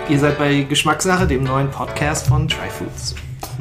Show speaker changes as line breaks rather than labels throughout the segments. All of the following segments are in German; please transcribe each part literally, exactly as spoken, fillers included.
Ihr seid bei Geschmackssache, dem neuen Podcast von Tryfoods.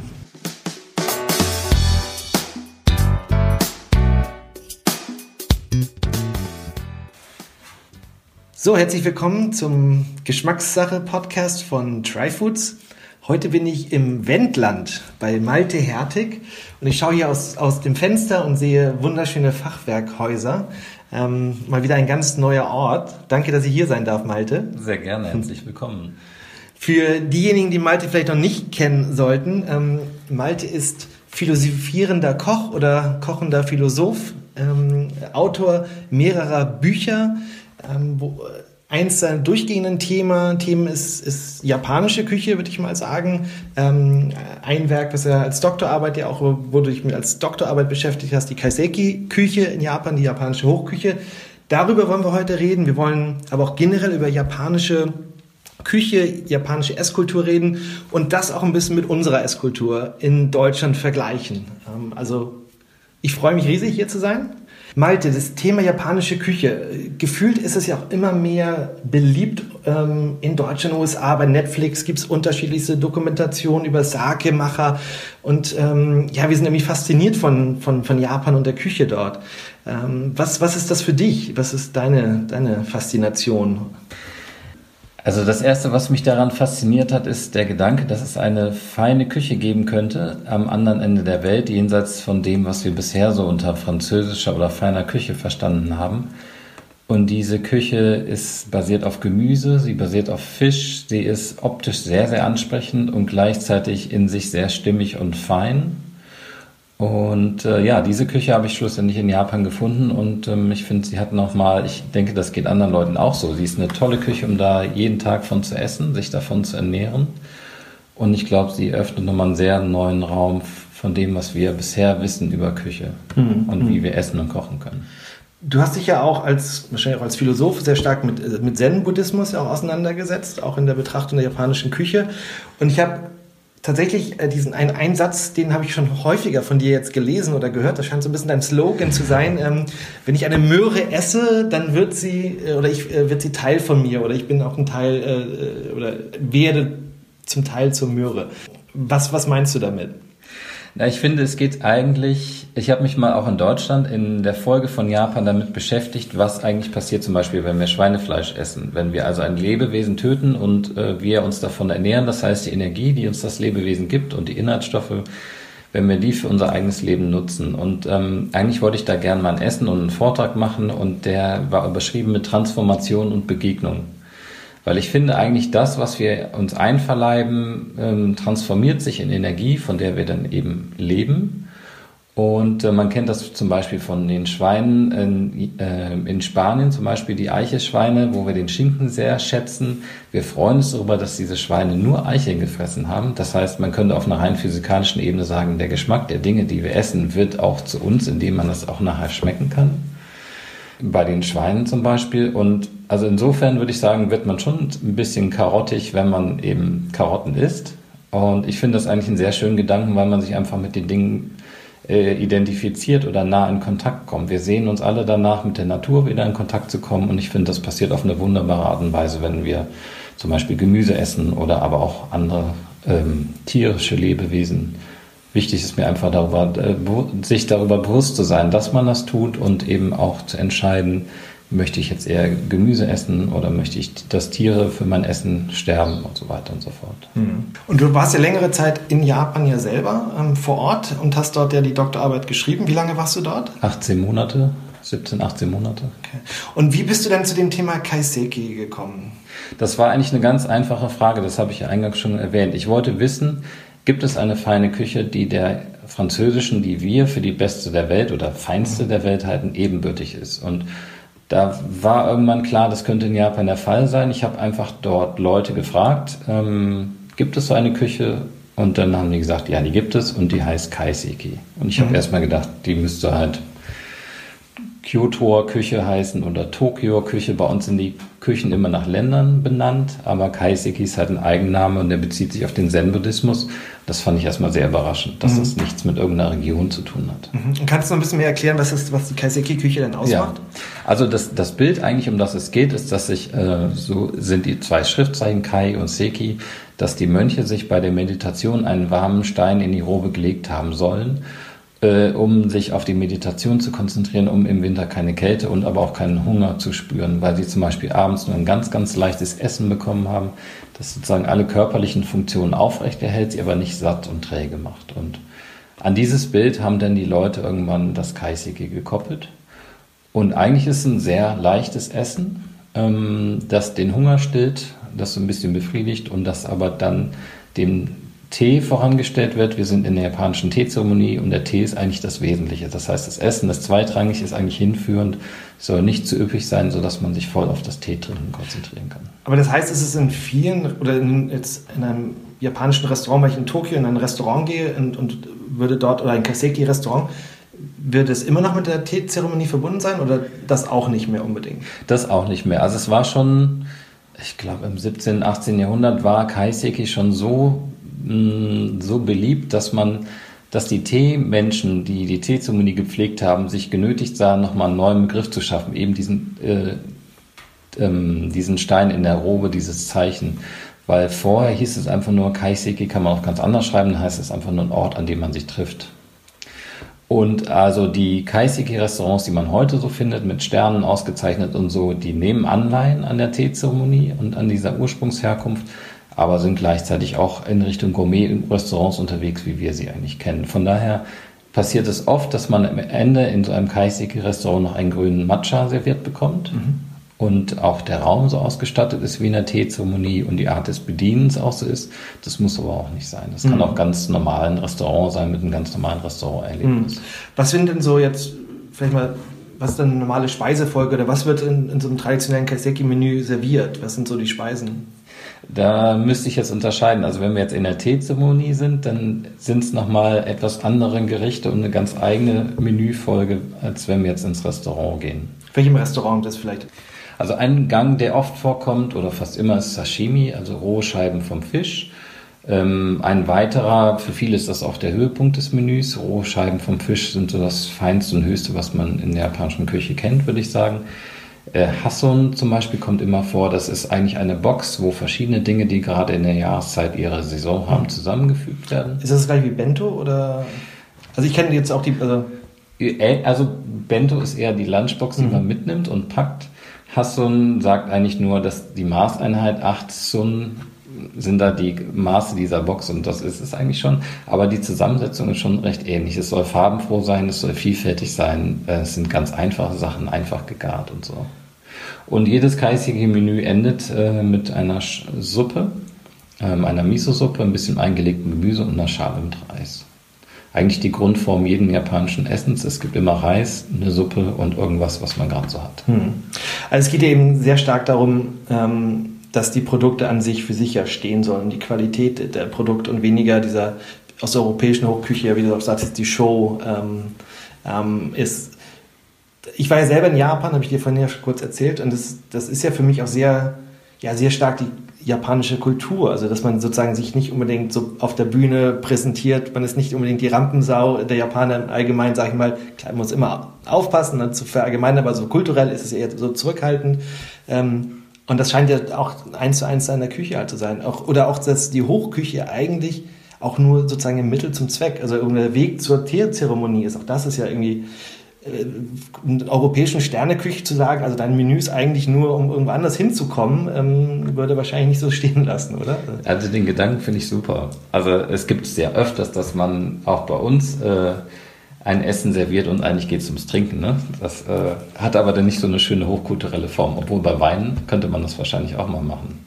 So, herzlich willkommen zum Geschmackssache-Podcast von Tryfoods. Heute bin ich im Wendland bei Malte Hertig und ich schaue hier aus, aus dem Fenster und sehe wunderschöne Fachwerkhäuser. Ähm, mal wieder ein ganz neuer Ort. Danke, dass ich hier sein darf, Malte.
Sehr gerne, herzlich willkommen.
Für diejenigen, die Malte vielleicht noch nicht kennen sollten, ähm, Malte ist philosophierender Koch oder kochender Philosoph, ähm, Autor mehrerer Bücher, ähm, wo eins seiner durchgehenden Thema, Themen ist, ist japanische Küche, würde ich mal sagen. Ähm, ein Werk, was er als Doktorarbeit ja auch, wo du dich mit als Doktorarbeit beschäftigt hast, die Kaiseki-Küche in Japan, die japanische Hochküche. Darüber wollen wir heute reden. Wir wollen aber auch generell über japanische Küche, japanische Esskultur reden und das auch ein bisschen mit unserer Esskultur in Deutschland vergleichen. Ähm, also ich freue mich riesig, hier zu sein. Malte, das Thema japanische Küche, gefühlt ist es ja auch immer mehr beliebt ähm, in Deutschland, U S A. Bei Netflix gibt es unterschiedlichste Dokumentationen über Sake-Macher und ähm, ja, wir sind irgendwie fasziniert von, von, von Japan und der Küche dort. Ähm, was, was ist das für dich? Was ist deine, deine Faszination?
Also das Erste, was mich daran fasziniert hat, ist der Gedanke, dass es eine feine Küche geben könnte am anderen Ende der Welt, jenseits von dem, was wir bisher so unter französischer oder feiner Küche verstanden haben. Und diese Küche ist basiert auf Gemüse, sie basiert auf Fisch, sie ist optisch sehr, sehr ansprechend und gleichzeitig in sich sehr stimmig und fein. Und äh, ja, diese Küche habe ich schlussendlich in Japan gefunden und ähm, ich finde, sie hat nochmal, ich denke, das geht anderen Leuten auch so. Sie ist eine tolle Küche, um da jeden Tag von zu essen, sich davon zu ernähren. Und ich glaube, sie öffnet nochmal einen sehr neuen Raum von dem, was wir bisher wissen über Küche mhm. und wie wir essen und kochen können.
Du hast dich ja auch als, wahrscheinlich auch als Philosoph sehr stark mit, mit Zen-Buddhismus ja auch auseinandergesetzt, auch in der Betrachtung der japanischen Küche. Und ich habe tatsächlich äh, diesen einen Einsatz, den habe ich schon häufiger von dir jetzt gelesen oder gehört. Das scheint so ein bisschen dein Slogan zu sein. Ähm, wenn ich eine Möhre esse, dann wird sie äh, oder ich äh, wird sie Teil von mir oder ich bin auch ein Teil äh, oder werde zum Teil zur Möhre. Was was meinst du damit?
Na, ich finde, es geht eigentlich, ich habe mich mal auch in Deutschland in der Folge von Japan damit beschäftigt, was eigentlich passiert zum Beispiel, wenn wir Schweinefleisch essen. Wenn wir also ein Lebewesen töten und äh, wir uns davon ernähren, das heißt die Energie, die uns das Lebewesen gibt und die Inhaltsstoffe, wenn wir die für unser eigenes Leben nutzen. Und ähm, eigentlich wollte ich da gerne mal ein Essen und einen Vortrag machen und der war überschrieben mit Transformation und Begegnung. Weil ich finde eigentlich das, was wir uns einverleiben, ähm, transformiert sich in Energie, von der wir dann eben leben. Und äh, man kennt das zum Beispiel von den Schweinen in, äh, in Spanien, zum Beispiel die Eichelschweine, wo wir den Schinken sehr schätzen. Wir freuen uns darüber, dass diese Schweine nur Eicheln gefressen haben. Das heißt, man könnte auf einer rein physikalischen Ebene sagen, der Geschmack der Dinge, die wir essen, wird auch zu uns, indem man das auch nachher schmecken kann. Bei den Schweinen zum Beispiel. Und also insofern würde ich sagen, wird man schon ein bisschen karottig, wenn man eben Karotten isst. Und ich finde das eigentlich einen sehr schönen Gedanken, weil man sich einfach mit den Dingen äh, identifiziert oder nah in Kontakt kommt. Wir sehen uns alle danach, mit der Natur wieder in Kontakt zu kommen. Und ich finde, das passiert auf eine wunderbare Art und Weise, wenn wir zum Beispiel Gemüse essen oder aber auch andere ähm, tierische Lebewesen. Wichtig ist mir einfach darüber, sich darüber bewusst zu sein, dass man das tut und eben auch zu entscheiden, möchte ich jetzt eher Gemüse essen oder möchte ich, dass Tiere für mein Essen sterben und so weiter und so fort.
Und du warst ja längere Zeit in Japan ja selber ähm, vor Ort und hast dort ja die Doktorarbeit geschrieben. Wie lange warst du dort?
achtzehn Monate, siebzehn, achtzehn Monate.
Okay. Und wie bist du dann zu dem Thema Kaiseki gekommen?
Das war eigentlich eine ganz einfache Frage, das habe ich ja eingangs schon erwähnt. Ich wollte wissen, gibt es eine feine Küche, die der französischen, die wir für die beste der Welt oder feinste der Welt halten, ebenbürtig ist? Und da war irgendwann klar, das könnte in Japan der Fall sein. Ich habe einfach dort Leute gefragt, ähm, gibt es so eine Küche? Und dann haben die gesagt, ja, die gibt es und die heißt Kaiseki. Und ich habe mhm. erstmal gedacht, die müsste halt Kyotoer Küche heißen oder Tokioer Küche. Bei uns sind die Küchen immer nach Ländern benannt, aber Kaiseki ist halt ein Eigenname und der bezieht sich auf den Zen-Buddhismus. Das fand ich erstmal sehr überraschend, dass mhm. das nichts mit irgendeiner Region zu tun hat.
Mhm. Kannst du noch ein bisschen mehr erklären, was, ist, was die Kaiseki-Küche denn ausmacht?
Ja. Also das, das Bild eigentlich, um das es geht, ist, dass sich, äh, so sind die zwei Schriftzeichen Kai und Seki, dass die Mönche sich bei der Meditation einen warmen Stein in die Robe gelegt haben sollen, Äh, um sich auf die Meditation zu konzentrieren, um im Winter keine Kälte und aber auch keinen Hunger zu spüren, weil sie zum Beispiel abends nur ein ganz, ganz leichtes Essen bekommen haben, das sozusagen alle körperlichen Funktionen aufrechterhält, sie aber nicht satt und träge macht. Und an dieses Bild haben dann die Leute irgendwann das Kaiseki gekoppelt. Und eigentlich ist es ein sehr leichtes Essen, ähm, das den Hunger stillt, das so ein bisschen befriedigt und das aber dann dem Tee vorangestellt wird. Wir sind in der japanischen Teezeremonie und der Tee ist eigentlich das Wesentliche. Das heißt, das Essen, das zweitrangig, ist eigentlich hinführend, soll nicht zu üppig sein, sodass man sich voll auf das Teetrinken konzentrieren kann.
Aber das heißt, es ist in vielen, oder in, jetzt in einem japanischen Restaurant, weil ich in Tokio in ein Restaurant gehe und, und würde dort, oder ein Kaiseki-Restaurant, wird es immer noch mit der Teezeremonie verbunden sein oder das auch nicht mehr unbedingt?
Das auch nicht mehr. Also es war schon, ich glaube im siebzehnten., achtzehnten. Jahrhundert war Kaiseki schon so so beliebt, dass man, dass die Teemenschen, die die Teezeremonie gepflegt haben, sich genötigt sahen, nochmal einen neuen Begriff zu schaffen, eben diesen, äh, ähm, diesen Stein in der Robe, dieses Zeichen. Weil vorher hieß es einfach nur, Kaiseki kann man auch ganz anders schreiben, dann heißt es einfach nur ein Ort, an dem man sich trifft. Und also die Kaiseki-Restaurants, die man heute so findet, mit Sternen ausgezeichnet und so, die nehmen Anleihen an der Teezeremonie und an dieser Ursprungsherkunft, aber sind gleichzeitig auch in Richtung Gourmet-Restaurants unterwegs, wie wir sie eigentlich kennen. Von daher passiert es oft, dass man am Ende in so einem Kaiseki-Restaurant noch einen grünen Matcha serviert bekommt mhm. und auch der Raum so ausgestattet ist wie in der Teezeremonie und die Art des Bedienens auch so ist. Das muss aber auch nicht sein. Das mhm. kann auch ganz normal ein Restaurant sein mit einem ganz normalen Restauranterlebnis.
Mhm. Was sind denn so jetzt, vielleicht mal, was ist denn eine normale Speisefolge oder was wird in, in so einem traditionellen Kaiseki-Menü serviert? Was sind so die Speisen?
Da müsste ich jetzt unterscheiden. Also wenn wir jetzt in der Teezeremonie sind, dann sind es nochmal etwas andere Gerichte und eine ganz eigene Menüfolge, als wenn wir jetzt ins Restaurant gehen.
Welchem Restaurant das vielleicht?
Also ein Gang, der oft vorkommt oder fast immer, ist Sashimi, also rohe Scheiben vom Fisch. Ähm, ein weiterer, für viele ist das auch der Höhepunkt des Menüs. Rohe Scheiben vom Fisch sind so das Feinste und Höchste, was man in der japanischen Küche kennt, würde ich sagen. Äh, Hasson zum Beispiel kommt immer vor, das ist eigentlich eine Box, wo verschiedene Dinge, die gerade in der Jahreszeit ihre Saison haben, zusammengefügt werden.
Ist das gleich wie Bento oder? Also ich kenne jetzt auch die... Also,
also Bento ist eher die Lunchbox, die mhm. man mitnimmt und packt. Hasson sagt eigentlich nur, dass die Maßeinheit acht Sun sind da die Maße dieser Box und das ist es eigentlich schon. Aber die Zusammensetzung ist schon recht ähnlich. Es soll farbenfroh sein, es soll vielfältig sein. Es sind ganz einfache Sachen, einfach gegart und so. Und jedes Kaiseki-Menü endet äh, mit einer Sch- Suppe, ähm, einer Miso-Suppe, ein bisschen eingelegtem Gemüse und einer Schale mit Reis. Eigentlich die Grundform jeden japanischen Essens. Es gibt immer Reis, eine Suppe und irgendwas, was man gerade so hat.
Hm. Also es geht eben sehr stark darum, ähm, dass die Produkte an sich für sich ja stehen sollen, die Qualität der Produkte und weniger dieser aus der europäischen Hochküche, wie du auch sagst, die Show ähm, ähm, ist. Ich war ja selber in Japan, habe ich dir vorhin ja schon kurz erzählt, und das, das ist ja für mich auch sehr, ja, sehr stark die japanische Kultur, also dass man sozusagen sich nicht unbedingt so auf der Bühne präsentiert, man ist nicht unbedingt die Rampensau der Japaner im Allgemeinen, sage ich mal, klar, man muss immer aufpassen, dann zu verallgemeinern, aber so kulturell ist es eher so zurückhaltend. Ähm, Und das scheint ja auch eins zu eins in der Küche halt zu sein. Auch, oder auch, dass die Hochküche eigentlich auch nur sozusagen ein Mittel zum Zweck, also der Weg zur Teezeremonie ist. Auch das ist ja irgendwie äh, in der europäischen Sterneküche zu sagen, also dein Menü ist eigentlich nur, um irgendwo anders hinzukommen, ähm, würde wahrscheinlich nicht so stehen lassen, oder?
Also den Gedanken finde ich super. Also es gibt es sehr öfters, dass man auch bei uns äh, ein Essen serviert und eigentlich geht es ums Trinken. Ne? Das äh, hat aber dann nicht so eine schöne hochkulturelle Form, obwohl bei Wein könnte man das wahrscheinlich auch mal machen.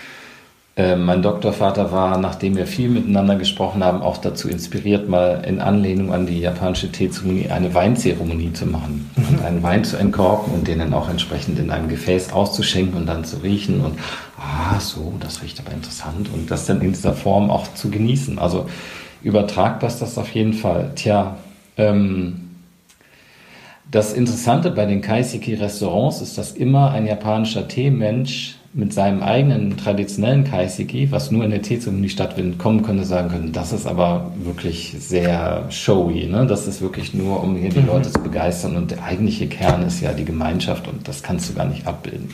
Äh, mein Doktorvater war, nachdem wir viel miteinander gesprochen haben, auch dazu inspiriert, mal in Anlehnung an die japanische Teezeremonie eine Weinzeremonie zu machen. Mhm. Und einen Wein zu entkorken und den dann auch entsprechend in einem Gefäß auszuschenken und dann zu riechen und ah, so, das riecht aber interessant und das dann in dieser Form auch zu genießen. Also übertragbar ist das auf jeden Fall. Tja, Ähm, Das Interessante bei den Kaiseki-Restaurants ist, dass immer ein japanischer Teemensch mit seinem eigenen traditionellen Kaiseki, was nur in der Teezeremonie stattfindet, kommen könnte, sagen können, das ist aber wirklich sehr showy, ne? Das ist wirklich nur, um hier die mhm. Leute zu begeistern, und der eigentliche Kern ist ja die Gemeinschaft, und das kannst du gar nicht abbilden.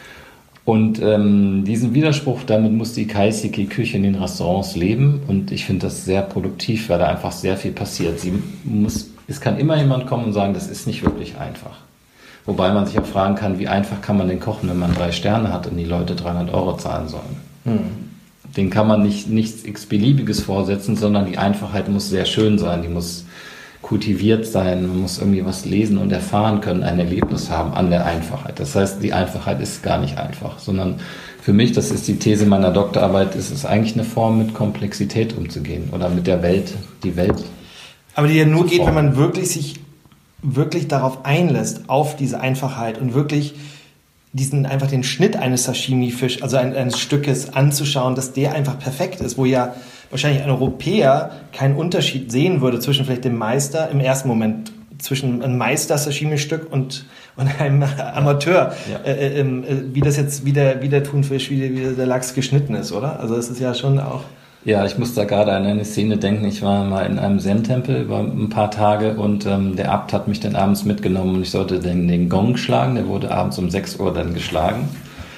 Und ähm, diesen Widerspruch, damit muss die Kaiseki-Küche in den Restaurants leben, und ich finde das sehr produktiv, weil da einfach sehr viel passiert. Sie muss, es kann immer jemand kommen und sagen, das ist nicht wirklich einfach. Wobei man sich auch fragen kann, wie einfach kann man den kochen, wenn man drei Sterne hat und die Leute dreihundert Euro zahlen sollen. Hm. Den kann man nicht nichts x-beliebiges vorsetzen, sondern die Einfachheit muss sehr schön sein, die muss kultiviert sein, man muss irgendwie was lesen und erfahren können, ein Erlebnis haben an der Einfachheit. Das heißt, die Einfachheit ist gar nicht einfach, sondern für mich, das ist die These meiner Doktorarbeit, ist es eigentlich eine Form, mit Komplexität umzugehen oder mit der Welt, die Welt.
Aber die ja nur geht, wenn man wirklich sich wirklich darauf einlässt, auf diese Einfachheit und wirklich diesen einfach den Schnitt eines Sashimi-Fisch, also ein, eines Stückes anzuschauen, dass der einfach perfekt ist, wo ja wahrscheinlich ein Europäer keinen Unterschied sehen würde zwischen vielleicht dem Meister im ersten Moment, zwischen einem Meister-Sashimi-Stück und, und einem Amateur, ja. äh, äh, wie das jetzt, wie der, wie der Thunfisch, wie der, wie der Lachs geschnitten ist, oder? Also es ist ja schon auch...
Ja, ich muss da gerade an eine Szene denken. Ich war mal in einem Zen-Tempel über ein paar Tage, und ähm, der Abt hat mich dann abends mitgenommen und ich sollte den, den Gong schlagen. Der wurde abends um sechs Uhr dann geschlagen.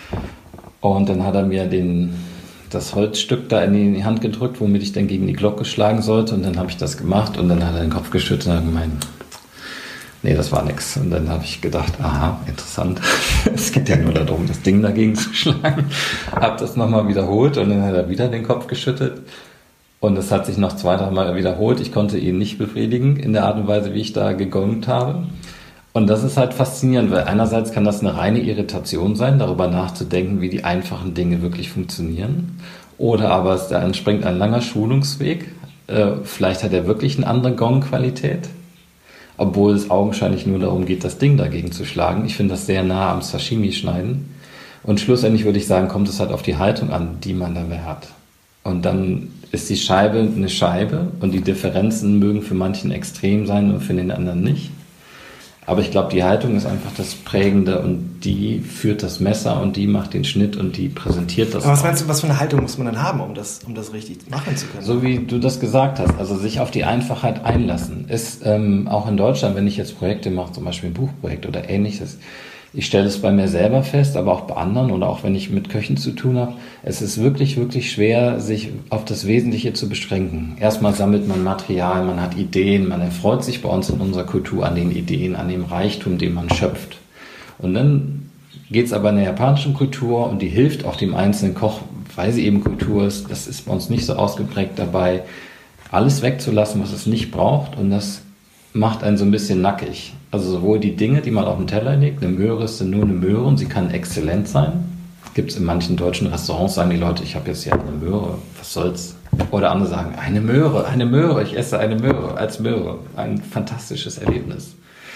Und dann hat er mir den, das Holzstück da in die Hand gedrückt, womit ich dann gegen die Glocke schlagen sollte. Und dann habe ich das gemacht und dann hat er den Kopf geschüttelt und hat gemeint, nee, das war nix. Und dann habe ich gedacht, aha, interessant. Es geht ja nur darum, das Ding dagegen zu schlagen. Habe das nochmal wiederholt und dann hat er wieder den Kopf geschüttelt. Und es hat sich noch zwei, drei Mal wiederholt. Ich konnte ihn nicht befriedigen in der Art und Weise, wie ich da gegongt habe. Und das ist halt faszinierend, weil einerseits kann das eine reine Irritation sein, darüber nachzudenken, wie die einfachen Dinge wirklich funktionieren. Oder aber es da entspringt ein langer Schulungsweg. Äh, vielleicht hat er wirklich eine andere Gong-Qualität, obwohl es augenscheinlich nur darum geht, das Ding dagegen zu schlagen. Ich finde das sehr nah am Sashimi-Schneiden. Und schlussendlich würde ich sagen, kommt es halt auf die Haltung an, die man dabei hat. Und dann ist die Scheibe eine Scheibe und die Differenzen mögen für manchen extrem sein und für den anderen nicht. Aber ich glaube, die Haltung ist einfach das Prägende, und die führt das Messer und die macht den Schnitt und die präsentiert das.
Aber was meinst du, was für eine Haltung muss man dann haben, um das, um das richtig machen zu können?
So wie du das gesagt hast, also sich auf die Einfachheit einlassen. Ist ähm, auch in Deutschland, wenn ich jetzt Projekte mache, zum Beispiel ein Buchprojekt oder ähnliches, ich stelle es bei mir selber fest, aber auch bei anderen oder auch wenn ich mit Köchen zu tun habe, es ist wirklich, wirklich schwer, sich auf das Wesentliche zu beschränken. Erstmal sammelt man Material, man hat Ideen, man erfreut sich bei uns in unserer Kultur an den Ideen, an dem Reichtum, den man schöpft. Und dann geht es aber in der japanischen Kultur, und die hilft auch dem einzelnen Koch, weil sie eben Kultur ist, das ist bei uns nicht so ausgeprägt dabei, alles wegzulassen, was es nicht braucht, und das macht einen so ein bisschen nackig. Also sowohl die Dinge, die man auf den Teller legt, eine Möhre ist nur eine Möhre und sie kann exzellent sein. Gibt es in manchen deutschen Restaurants, sagen die Leute, ich habe jetzt hier eine Möhre, was soll's? Oder andere sagen, eine Möhre, eine Möhre, ich esse eine Möhre als Möhre. Ein fantastisches Erlebnis.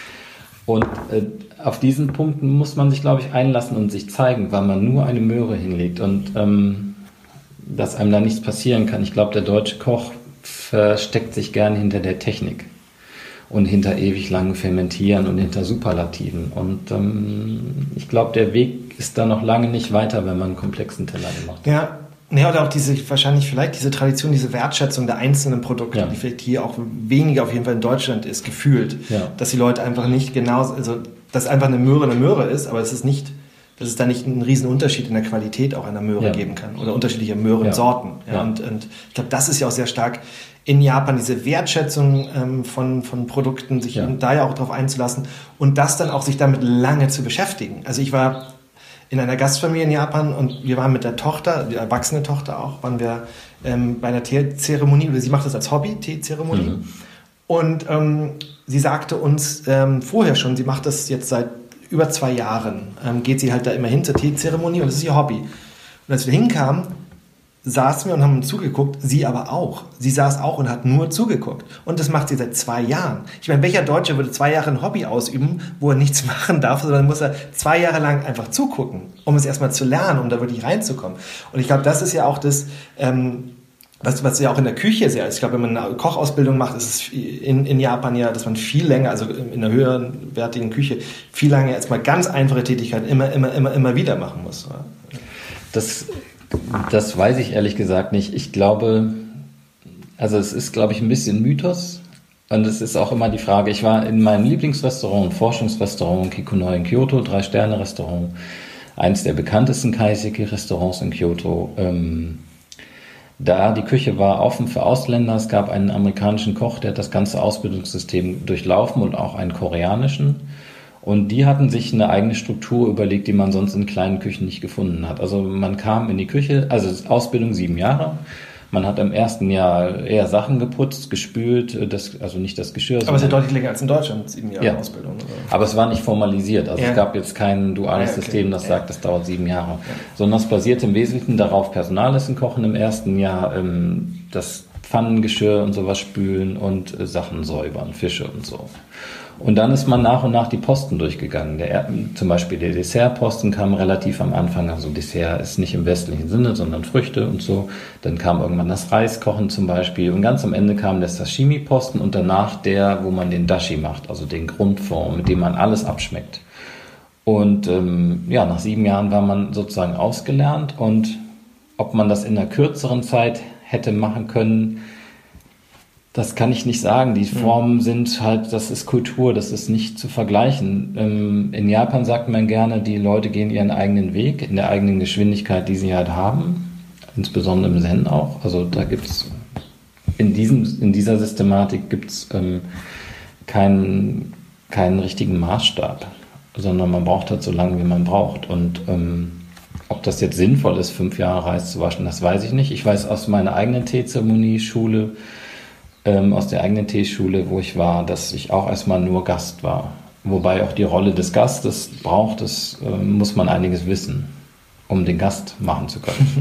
Und äh, auf diesen Punkten muss man sich, glaube ich, einlassen und sich zeigen, weil man nur eine Möhre hinlegt und ähm, dass einem da nichts passieren kann. Ich glaube, der deutsche Koch versteckt sich gerne hinter der Technik und hinter ewig langen Fermentieren und hinter Superlativen. Und ähm, ich glaube, der Weg ist da noch lange nicht weiter, wenn man einen komplexen Teller gemacht hat.
Ja, ja, oder auch diese, wahrscheinlich vielleicht diese Tradition, diese Wertschätzung der einzelnen Produkte,
ja.
die vielleicht hier auch weniger auf jeden Fall in Deutschland ist, gefühlt.
Ja.
Dass die Leute einfach nicht genau, also dass einfach eine Möhre eine Möhre ist, aber es ist nicht, dass es da nicht einen riesen Unterschied in der Qualität auch einer Möhre
ja.
geben kann oder unterschiedliche Möhrensorten. Ja. Ja,
ja.
und, und ich glaube, das ist ja auch sehr stark in Japan, diese Wertschätzung ähm, von, von Produkten, sich
ja.
da ja auch drauf einzulassen und das dann auch sich damit lange zu beschäftigen. Also ich war in einer Gastfamilie in Japan und wir waren mit der Tochter, die erwachsene Tochter auch, waren wir ähm, bei einer Teezeremonie, oder sie macht das als Hobby, Teezeremonie. Mhm. Und ähm, sie sagte uns ähm, vorher schon, sie macht das jetzt seit über zwei Jahren, ähm, geht sie halt da immer hin zur Teezeremonie und das ist ihr Hobby. Und als wir hinkamen, saßen wir und haben uns zugeguckt, sie aber auch. Sie saß auch und hat nur zugeguckt. Und das macht sie seit zwei Jahren. Ich meine, welcher Deutsche würde zwei Jahre ein Hobby ausüben, wo er nichts machen darf, sondern muss er zwei Jahre lang einfach zugucken, um es erstmal zu lernen, um da wirklich reinzukommen. Und ich glaube, das ist ja auch das, ähm, Was, was ja auch in der Küche sehr ist. Ich glaube, wenn man eine Kochausbildung macht, ist es in, in Japan ja, dass man viel länger, also in einer höherwertigen Küche, viel länger erstmal ganz einfache Tätigkeiten immer, immer, immer, immer wieder machen muss.
Das, das weiß ich ehrlich gesagt nicht. Ich glaube, also es ist, glaube ich, ein bisschen Mythos. Und es ist auch immer die Frage, ich war in meinem Lieblingsrestaurant, Forschungsrestaurant Kikunoi in Kyoto, Drei-Sterne-Restaurant, eines der bekanntesten Kaiseki-Restaurants in Kyoto. Ähm, Da die Küche war offen für Ausländer, es gab einen amerikanischen Koch, der hat das ganze Ausbildungssystem durchlaufen und auch einen koreanischen. Und die hatten sich eine eigene Struktur überlegt, die man sonst in kleinen Küchen nicht gefunden hat. Also man kam in die Küche, also Ausbildung sieben Jahre. Man hat im ersten Jahr eher Sachen geputzt, gespült, das, also nicht das Geschirr.
Aber es ist ja deutlich länger als in Deutschland, sieben Jahre
ja.
Ausbildung. Oder?
Aber es war nicht formalisiert. Also ja. es gab jetzt kein duales ja, okay. System, das ja. sagt, das dauert sieben Jahre. Ja. Sondern es basierte im Wesentlichen darauf, Personalessen kochen im ersten Jahr, ähm, das Pfannengeschirr und sowas spülen und äh, Sachen säubern, Fische und so. Und dann ist man nach und nach die Posten durchgegangen. Der, zum Beispiel der Dessertposten kam relativ am Anfang. Also Dessert ist nicht im westlichen Sinne, sondern Früchte und so. Dann kam irgendwann das Reiskochen zum Beispiel. Und ganz am Ende kam der Sashimi-Posten und danach der, wo man den Dashi macht, also den Grundform, mit dem man alles abschmeckt. Und ähm, ja, nach sieben Jahren war man sozusagen ausgelernt. Und ob man das in einer kürzeren Zeit hätte machen können, das kann ich nicht sagen. Die Formen sind halt, das ist Kultur, das ist nicht zu vergleichen. Ähm, in Japan sagt man gerne, die Leute gehen ihren eigenen Weg, in der eigenen Geschwindigkeit, die sie halt haben. Insbesondere im Zen auch. Also da gibt's in diesem, in dieser Systematik gibt's ähm, keinen, keinen richtigen Maßstab, sondern man braucht halt so lange, wie man braucht. Und ähm, ob das jetzt sinnvoll ist, fünf Jahre Reis zu waschen, das weiß ich nicht. Ich weiß aus meiner eigenen Teezeremonie-Schule, Ähm, aus der eigenen Teeschule, wo ich war, dass ich auch erstmal nur Gast war. Wobei auch die Rolle des Gastes braucht, das äh, muss man einiges wissen, um den Gast machen zu können.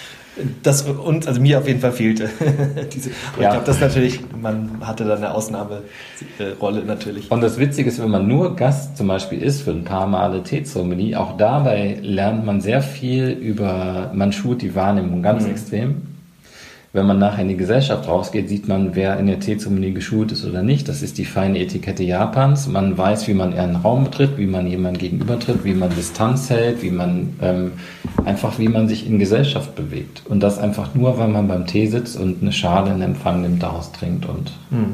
Das uns, also mir auf jeden Fall fehlte. Diese, ja. Ich glaube, das natürlich, man hatte da eine Ausnahmerolle natürlich.
Und das Witzige ist, wenn man nur Gast zum Beispiel ist für ein paar Male Teezeremonie, auch dabei lernt man sehr viel über, man schult die Wahrnehmung ganz mhm. extrem. Wenn man nachher in die Gesellschaft rausgeht, sieht man, wer in der Teezeremonie geschult ist oder nicht. Das ist die feine Etikette Japans. Man weiß, wie man einen Raum betritt, wie man jemandem gegenübertritt, wie man Distanz hält, wie man ähm, einfach, wie man sich in Gesellschaft bewegt. Und das einfach nur, weil man beim Tee sitzt und eine Schale in Empfang nimmt, daraus trinkt. Und
hm.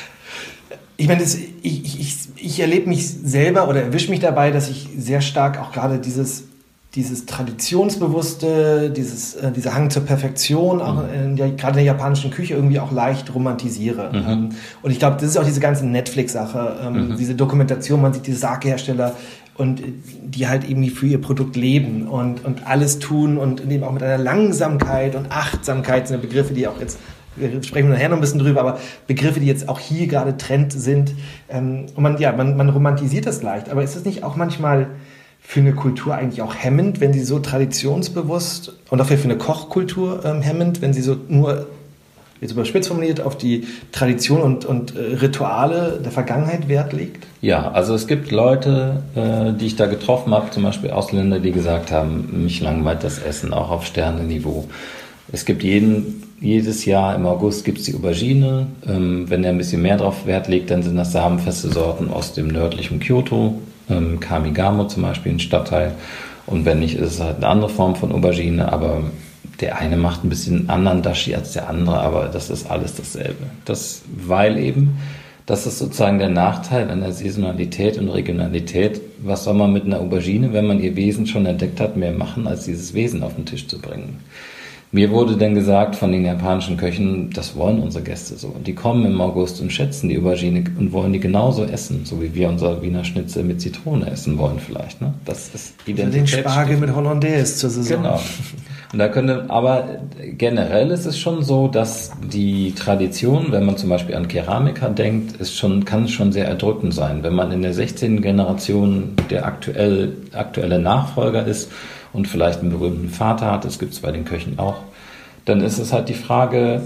Ich meine, das, ich, ich, ich erlebe mich selber oder erwische mich dabei, dass ich sehr stark auch gerade dieses dieses Traditionsbewusste, dieses, äh, dieser Hang zur Perfektion, auch in der, gerade in der japanischen Küche irgendwie auch leicht romantisiere. Mhm. Ähm, und ich glaube, das ist auch diese ganze Netflix-Sache, ähm, mhm. diese Dokumentation, man sieht diese Sake-Hersteller und die halt irgendwie für ihr Produkt leben und, und alles tun und eben auch mit einer Langsamkeit und Achtsamkeit sind Begriffe, die auch jetzt, wir sprechen nachher noch ein bisschen drüber, aber Begriffe, die jetzt auch hier gerade Trend sind. Ähm, und man, ja, man, man romantisiert das leicht, aber ist es nicht auch manchmal für eine Kultur eigentlich auch hemmend, wenn sie so traditionsbewusst und auch für eine Kochkultur ähm, hemmend, wenn sie so nur, jetzt überspitzt formuliert, auf die Tradition und, und äh, Rituale der Vergangenheit Wert legt?
Ja, also es gibt Leute, äh, die ich da getroffen habe, zum Beispiel Ausländer, die gesagt haben, mich langweilt das Essen, auch auf Sternenniveau. Es gibt jeden, jedes Jahr im August gibt es die Aubergine. Ähm, wenn er ein bisschen mehr drauf Wert legt, dann sind das samenfeste Sorten aus dem nördlichen Kyoto. Ähm, Kamigamo zum Beispiel, ein Stadtteil. Und wenn nicht, ist es halt eine andere Form von Aubergine, aber der eine macht ein bisschen anderen Dashi als der andere, aber das ist alles dasselbe. Das, weil eben, das ist sozusagen der Nachteil an der Saisonalität und Regionalität. Was soll man mit einer Aubergine, wenn man ihr Wesen schon entdeckt hat, mehr machen, als dieses Wesen auf den Tisch zu bringen? Mir wurde dann gesagt von den japanischen Köchen, das wollen unsere Gäste so. Und die kommen im August und schätzen die Aubergine und wollen die genauso essen, so wie wir unser Wiener Schnitzel mit Zitrone essen wollen vielleicht. Ne? Das ist
Identität. Den Spargel mit Hollandaise zur Saison.
Genau. Und da könnte, aber generell ist es schon so, dass die Tradition, wenn man zum Beispiel an Keramiker denkt, ist schon, kann schon sehr erdrückend sein. Wenn man in der sechzehnten Generation der aktuell, aktuelle Nachfolger ist, und vielleicht einen berühmten Vater hat, das gibt es bei den Köchen auch, dann ist es halt die Frage,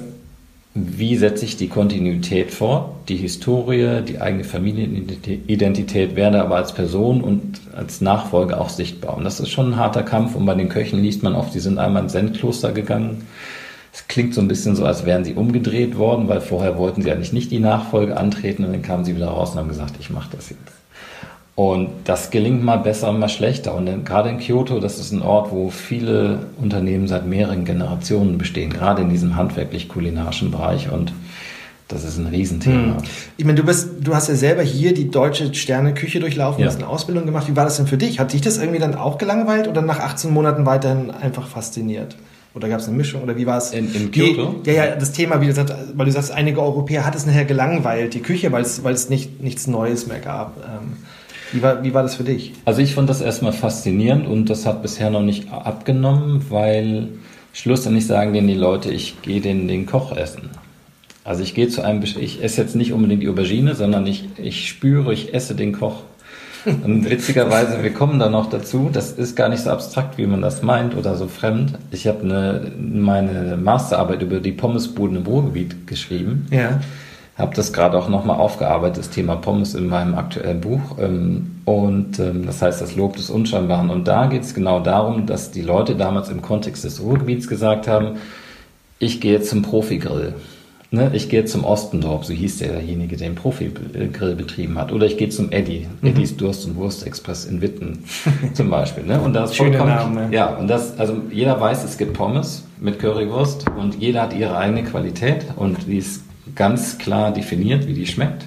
wie setze ich die Kontinuität fort, die Historie, die eigene Familienidentität, werde aber als Person und als Nachfolger auch sichtbar. Und das ist schon ein harter Kampf und bei den Köchen liest man oft, die sind einmal ins Zen-Kloster gegangen, Es klingt so ein bisschen so, als wären sie umgedreht worden, weil vorher wollten sie eigentlich nicht die Nachfolge antreten und dann kamen sie wieder raus und haben gesagt, ich mache das jetzt. Und das gelingt mal besser und mal schlechter. Und in, gerade in Kyoto, das ist ein Ort, wo viele Unternehmen seit mehreren Generationen bestehen, gerade in diesem handwerklich-kulinarischen Bereich. Und das ist ein Riesenthema.
Hm. Ich meine, du bist, du hast ja selber hier die deutsche Sterneküche durchlaufen,
ja.
hast eine Ausbildung gemacht. Wie war das denn für dich? Hat dich das irgendwie dann auch gelangweilt oder nach achtzehn Monaten weiterhin einfach fasziniert? Oder gab es eine Mischung? Oder wie war es?
In, in Kyoto?
Wie, ja, ja, das Thema, wie du sagst, weil du sagst, einige Europäer hat es nachher gelangweilt, die Küche, weil es, weil es nicht, nichts Neues mehr gab. Ähm, Wie war, wie war das für dich?
Also ich fand das erstmal faszinierend und das hat bisher noch nicht abgenommen, weil schlussendlich sagen denen die Leute, ich gehe den, den Koch essen. Also ich gehe zu einem, ich esse jetzt nicht unbedingt die Aubergine, sondern ich, ich spüre, ich esse den Koch. Und witzigerweise, wir kommen da noch dazu, das ist gar nicht so abstrakt, wie man das meint oder so fremd. Ich habe eine, meine Masterarbeit über die Pommesbuden im Ruhrgebiet geschrieben.
Ja.
Habe das gerade auch nochmal aufgearbeitet, das Thema Pommes in meinem aktuellen Buch. Und das heißt, das Lob des Unscheinbaren. Und da geht es genau darum, dass die Leute damals im Kontext des Ruhrgebiets gesagt haben, ich gehe zum Profigrill. Ich gehe zum Ostendorf, so hieß derjenige, der den Profigrill betrieben hat. Oder ich gehe zum Eddy, mhm. Eddys Durst- und Wurstexpress in Witten zum Beispiel. Und das
Schöner Name.
Ja, und das, also jeder weiß, es gibt Pommes mit Currywurst und jeder hat ihre eigene Qualität und die ist ganz klar definiert, wie die schmeckt.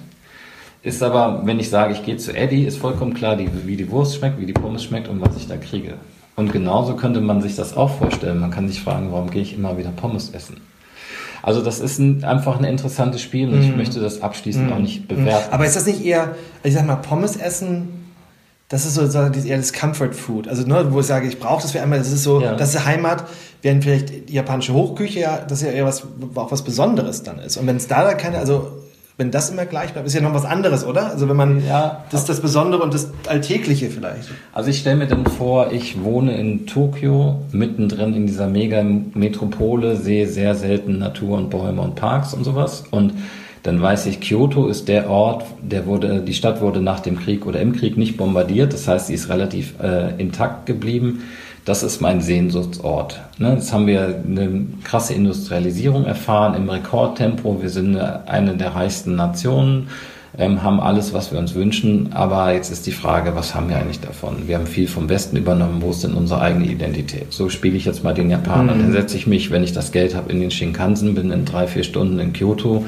Ist aber, wenn ich sage, ich gehe zu Eddy, ist vollkommen klar, die, wie die Wurst schmeckt, wie die Pommes schmeckt und was ich da kriege. Und genauso könnte man sich das auch vorstellen. Man kann sich fragen, warum gehe ich immer wieder Pommes essen? Also das ist ein, einfach ein interessantes Spiel und mm. ich möchte das abschließend mm. auch nicht bewerten.
Aber ist das nicht eher, ich sag mal, Pommes essen, das ist so, so eher das Comfort Food. Also ne, wo ich sage, ich brauche das für einmal, das ist so, ja. das ist Heimat, während vielleicht die japanische Hochküche ja, das ist ja eher was, auch was Besonderes dann ist. Und wenn es da keine, also wenn das immer gleich bleibt, ist ja noch was anderes, oder? Also wenn man, ja, das ist das Besondere und das Alltägliche vielleicht.
Also ich stelle mir dann vor, ich wohne in Tokio, mittendrin in dieser Mega-Metropole, sehe sehr selten Natur und Bäume und Parks und sowas und dann weiß ich, Kyoto ist der Ort, der wurde, die Stadt wurde nach dem Krieg oder im Krieg nicht bombardiert, das heißt, sie ist relativ äh, intakt geblieben. Das ist mein Sehnsuchtsort. Ne, jetzt haben wir eine krasse Industrialisierung erfahren im Rekordtempo. Wir sind eine der reichsten Nationen, ähm, haben alles, was wir uns wünschen. Aber jetzt ist die Frage, was haben wir eigentlich davon? Wir haben viel vom Westen übernommen. Wo ist denn unsere eigene Identität? So spiele ich jetzt mal den Japaner. Mhm. Dann setze ich mich, wenn ich das Geld habe, in den Shinkansen, bin in drei, vier Stunden in Kyoto,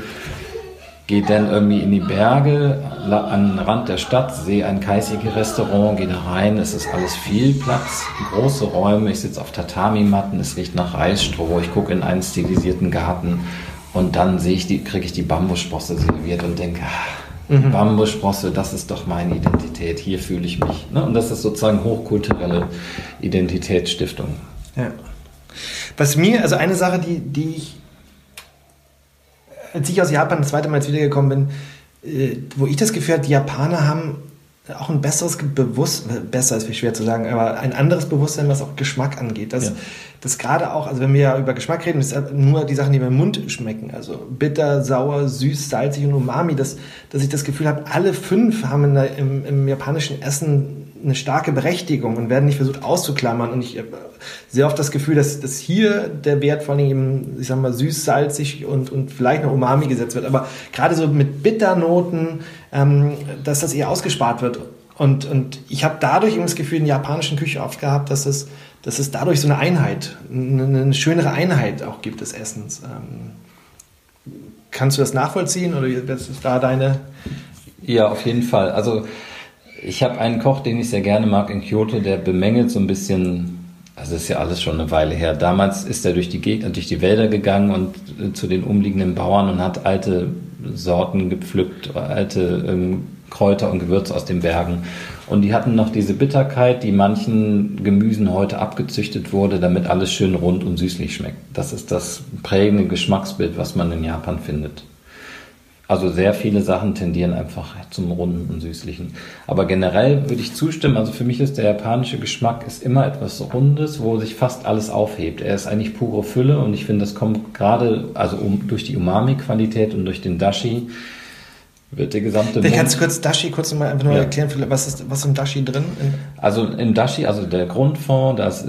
gehe dann irgendwie in die Berge, an den Rand der Stadt, sehe ein Kaiseki-Restaurant, gehe da rein, es ist alles viel Platz, große Räume, ich sitze auf Tatami-Matten, es riecht nach Reisstroh, ich gucke in einen stilisierten Garten und dann sehe ich die, kriege ich die Bambussprosse serviert und denke, ah, mhm. Bambussprosse, das ist doch meine Identität, hier fühle ich mich. Und das ist sozusagen hochkulturelle Identitätsstiftung.
Ja. Was mir, also eine Sache, die, die ich als ich aus Japan das zweite Mal jetzt wiedergekommen bin, äh, wo ich das Gefühl habe, die Japaner haben auch ein besseres Bewusstsein, besser ist schwer zu sagen, aber ein anderes Bewusstsein, was auch Geschmack angeht. Das, ja. das gerade auch, also wenn wir ja über Geschmack reden, das ist nur die Sachen, die mir im Mund schmecken, also bitter, sauer, süß, salzig und umami, dass, dass ich das Gefühl habe, alle fünf haben in der, im, im japanischen Essen eine starke Berechtigung und werden nicht versucht auszuklammern. Und ich habe sehr oft das Gefühl, dass, dass hier der Wert vor allem eben, ich sag mal, süß, salzig und, und vielleicht noch Umami gesetzt wird. Aber gerade so mit Bitternoten, ähm, dass das eher ausgespart wird. Und, und ich habe dadurch eben das Gefühl in der japanischen Küche oft gehabt, dass es, dass es dadurch so eine Einheit, eine, eine schönere Einheit auch gibt des Essens. Ähm, kannst du das nachvollziehen oder was ist da deine...
Ja, auf jeden Fall. Also ich habe einen Koch, den ich sehr gerne mag in Kyoto, der bemängelt so ein bisschen, also ist ja alles schon eine Weile her. Damals ist er durch die Gegend, durch die Wälder gegangen und zu den umliegenden Bauern und hat alte Sorten gepflückt, alte ähm, Kräuter und Gewürze aus den Bergen. Und die hatten noch diese Bitterkeit, die manchen Gemüsen heute abgezüchtet wurde, damit alles schön rund und süßlich schmeckt. Das ist das prägende Geschmacksbild, was man in Japan findet. Also sehr viele Sachen tendieren einfach zum Runden und Süßlichen. Aber generell würde ich zustimmen, also für mich ist der japanische Geschmack ist immer etwas Rundes, wo sich fast alles aufhebt. Er ist eigentlich pure Fülle und ich finde, das kommt gerade also um, durch die Umami-Qualität und durch den Dashi wird der gesamte...
Vielleicht kannst du kurz Dashi kurz nochmal einfach nur ja. erklären, was ist, was ist im Dashi drin?
Also im Dashi, also der Grundfond, das ist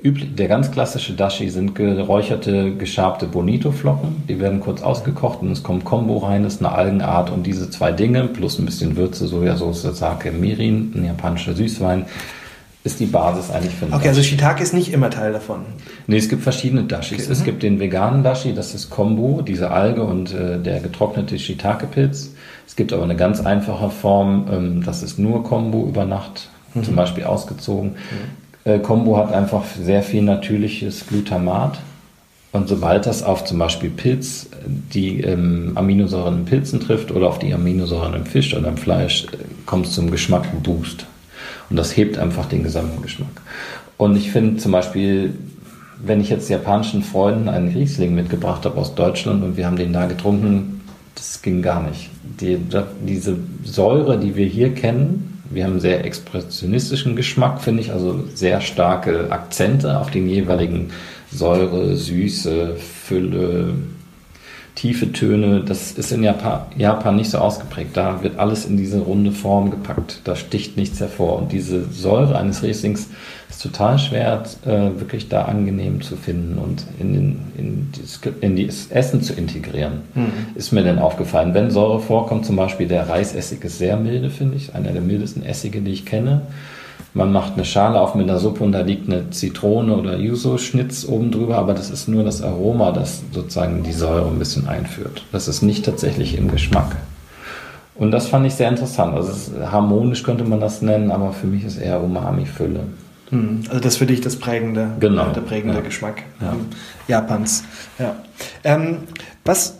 üblich, der ganz klassische Dashi sind geräucherte, geschabte Bonito-Flocken. Die werden kurz ausgekocht und es kommt Kombu rein, das ist eine Algenart und diese zwei Dinge plus ein bisschen Würze, Sojasauce, Sake, Mirin, ein japanischer Süßwein, ist die Basis eigentlich für einen
Okay, Dashi. Also Shiitake ist nicht immer Teil davon?
Nee, es gibt verschiedene Dashis. Okay. Es gibt den veganen Dashi, das ist Kombu, diese Alge und äh, der getrocknete Shiitake-Pilz. Es gibt aber eine ganz einfache Form, ähm, das ist nur Kombu über Nacht, mhm. zum Beispiel ausgezogen. Mhm. Äh, Kombu hat einfach sehr viel natürliches Glutamat. Und sobald das auf zum Beispiel Pilz, die ähm, Aminosäuren in Pilzen trifft oder auf die Aminosäuren im Fisch oder im Fleisch, äh, kommt es zum Geschmack-Boost. Und das hebt einfach den gesamten Geschmack. Und ich finde zum Beispiel, wenn ich jetzt japanischen Freunden einen Riesling mitgebracht habe aus Deutschland und wir haben den da getrunken, das ging gar nicht. Die, diese Säure, die wir hier kennen, wir haben einen sehr expressionistischen Geschmack, finde ich, also sehr starke Akzente auf den jeweiligen Säure, Süße, Fülle, tiefe Töne, das ist in Japan, Japan nicht so ausgeprägt. Da wird alles in diese runde Form gepackt. Da sticht nichts hervor. Und diese Säure eines Rieslings ist total schwer, äh, wirklich da angenehm zu finden und in, den, in, dieses, in das Essen zu integrieren. Mhm. Ist mir denn aufgefallen. Wenn Säure vorkommt, zum Beispiel der Reisessig ist sehr milde, finde ich. Einer der mildesten Essige, die ich kenne. Man macht eine Schale auf mit einer Suppe und da liegt eine Zitrone oder Yuzu-Schnitz oben drüber, aber das ist nur das Aroma, das sozusagen die Säure ein bisschen einführt. Das ist nicht tatsächlich im Geschmack. Und das fand ich sehr interessant. Also es ist, harmonisch könnte man das nennen, aber für mich ist eher Umami-Fülle.
Also das ist für dich das prägende,
genau.
der prägende
ja.
Geschmack
ja.
Japans. Ja. Ähm, was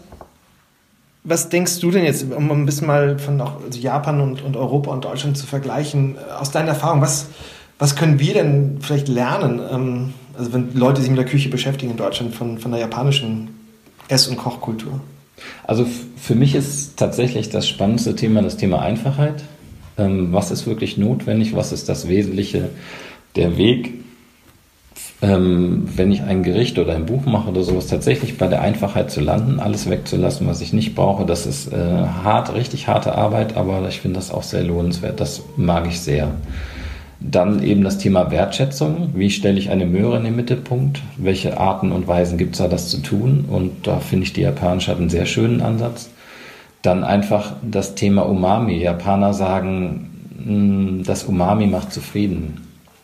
Was denkst du denn jetzt, um ein bisschen mal von auch Japan und, und Europa und Deutschland zu vergleichen, aus deiner Erfahrung, was, was können wir denn vielleicht lernen, ähm, also wenn Leute sich mit der Küche beschäftigen in Deutschland, von, von der japanischen Ess- und Kochkultur?
Also f- für mich ist tatsächlich das spannendste Thema das Thema Einfachheit. Ähm, was ist wirklich notwendig, was ist das Wesentliche, der Weg, Ähm, wenn ich ein Gericht oder ein Buch mache oder sowas, tatsächlich bei der Einfachheit zu landen, alles wegzulassen, was ich nicht brauche, das ist äh, hart, richtig harte Arbeit, aber ich finde das auch sehr lohnenswert, das mag ich sehr. Dann eben das Thema Wertschätzung, wie stelle ich eine Möhre in den Mittelpunkt, welche Arten und Weisen gibt es da, das zu tun, und da finde ich, die Japaner hat einen sehr schönen Ansatz. Dann einfach das Thema Umami. Japaner sagen, mh, das Umami macht zufrieden.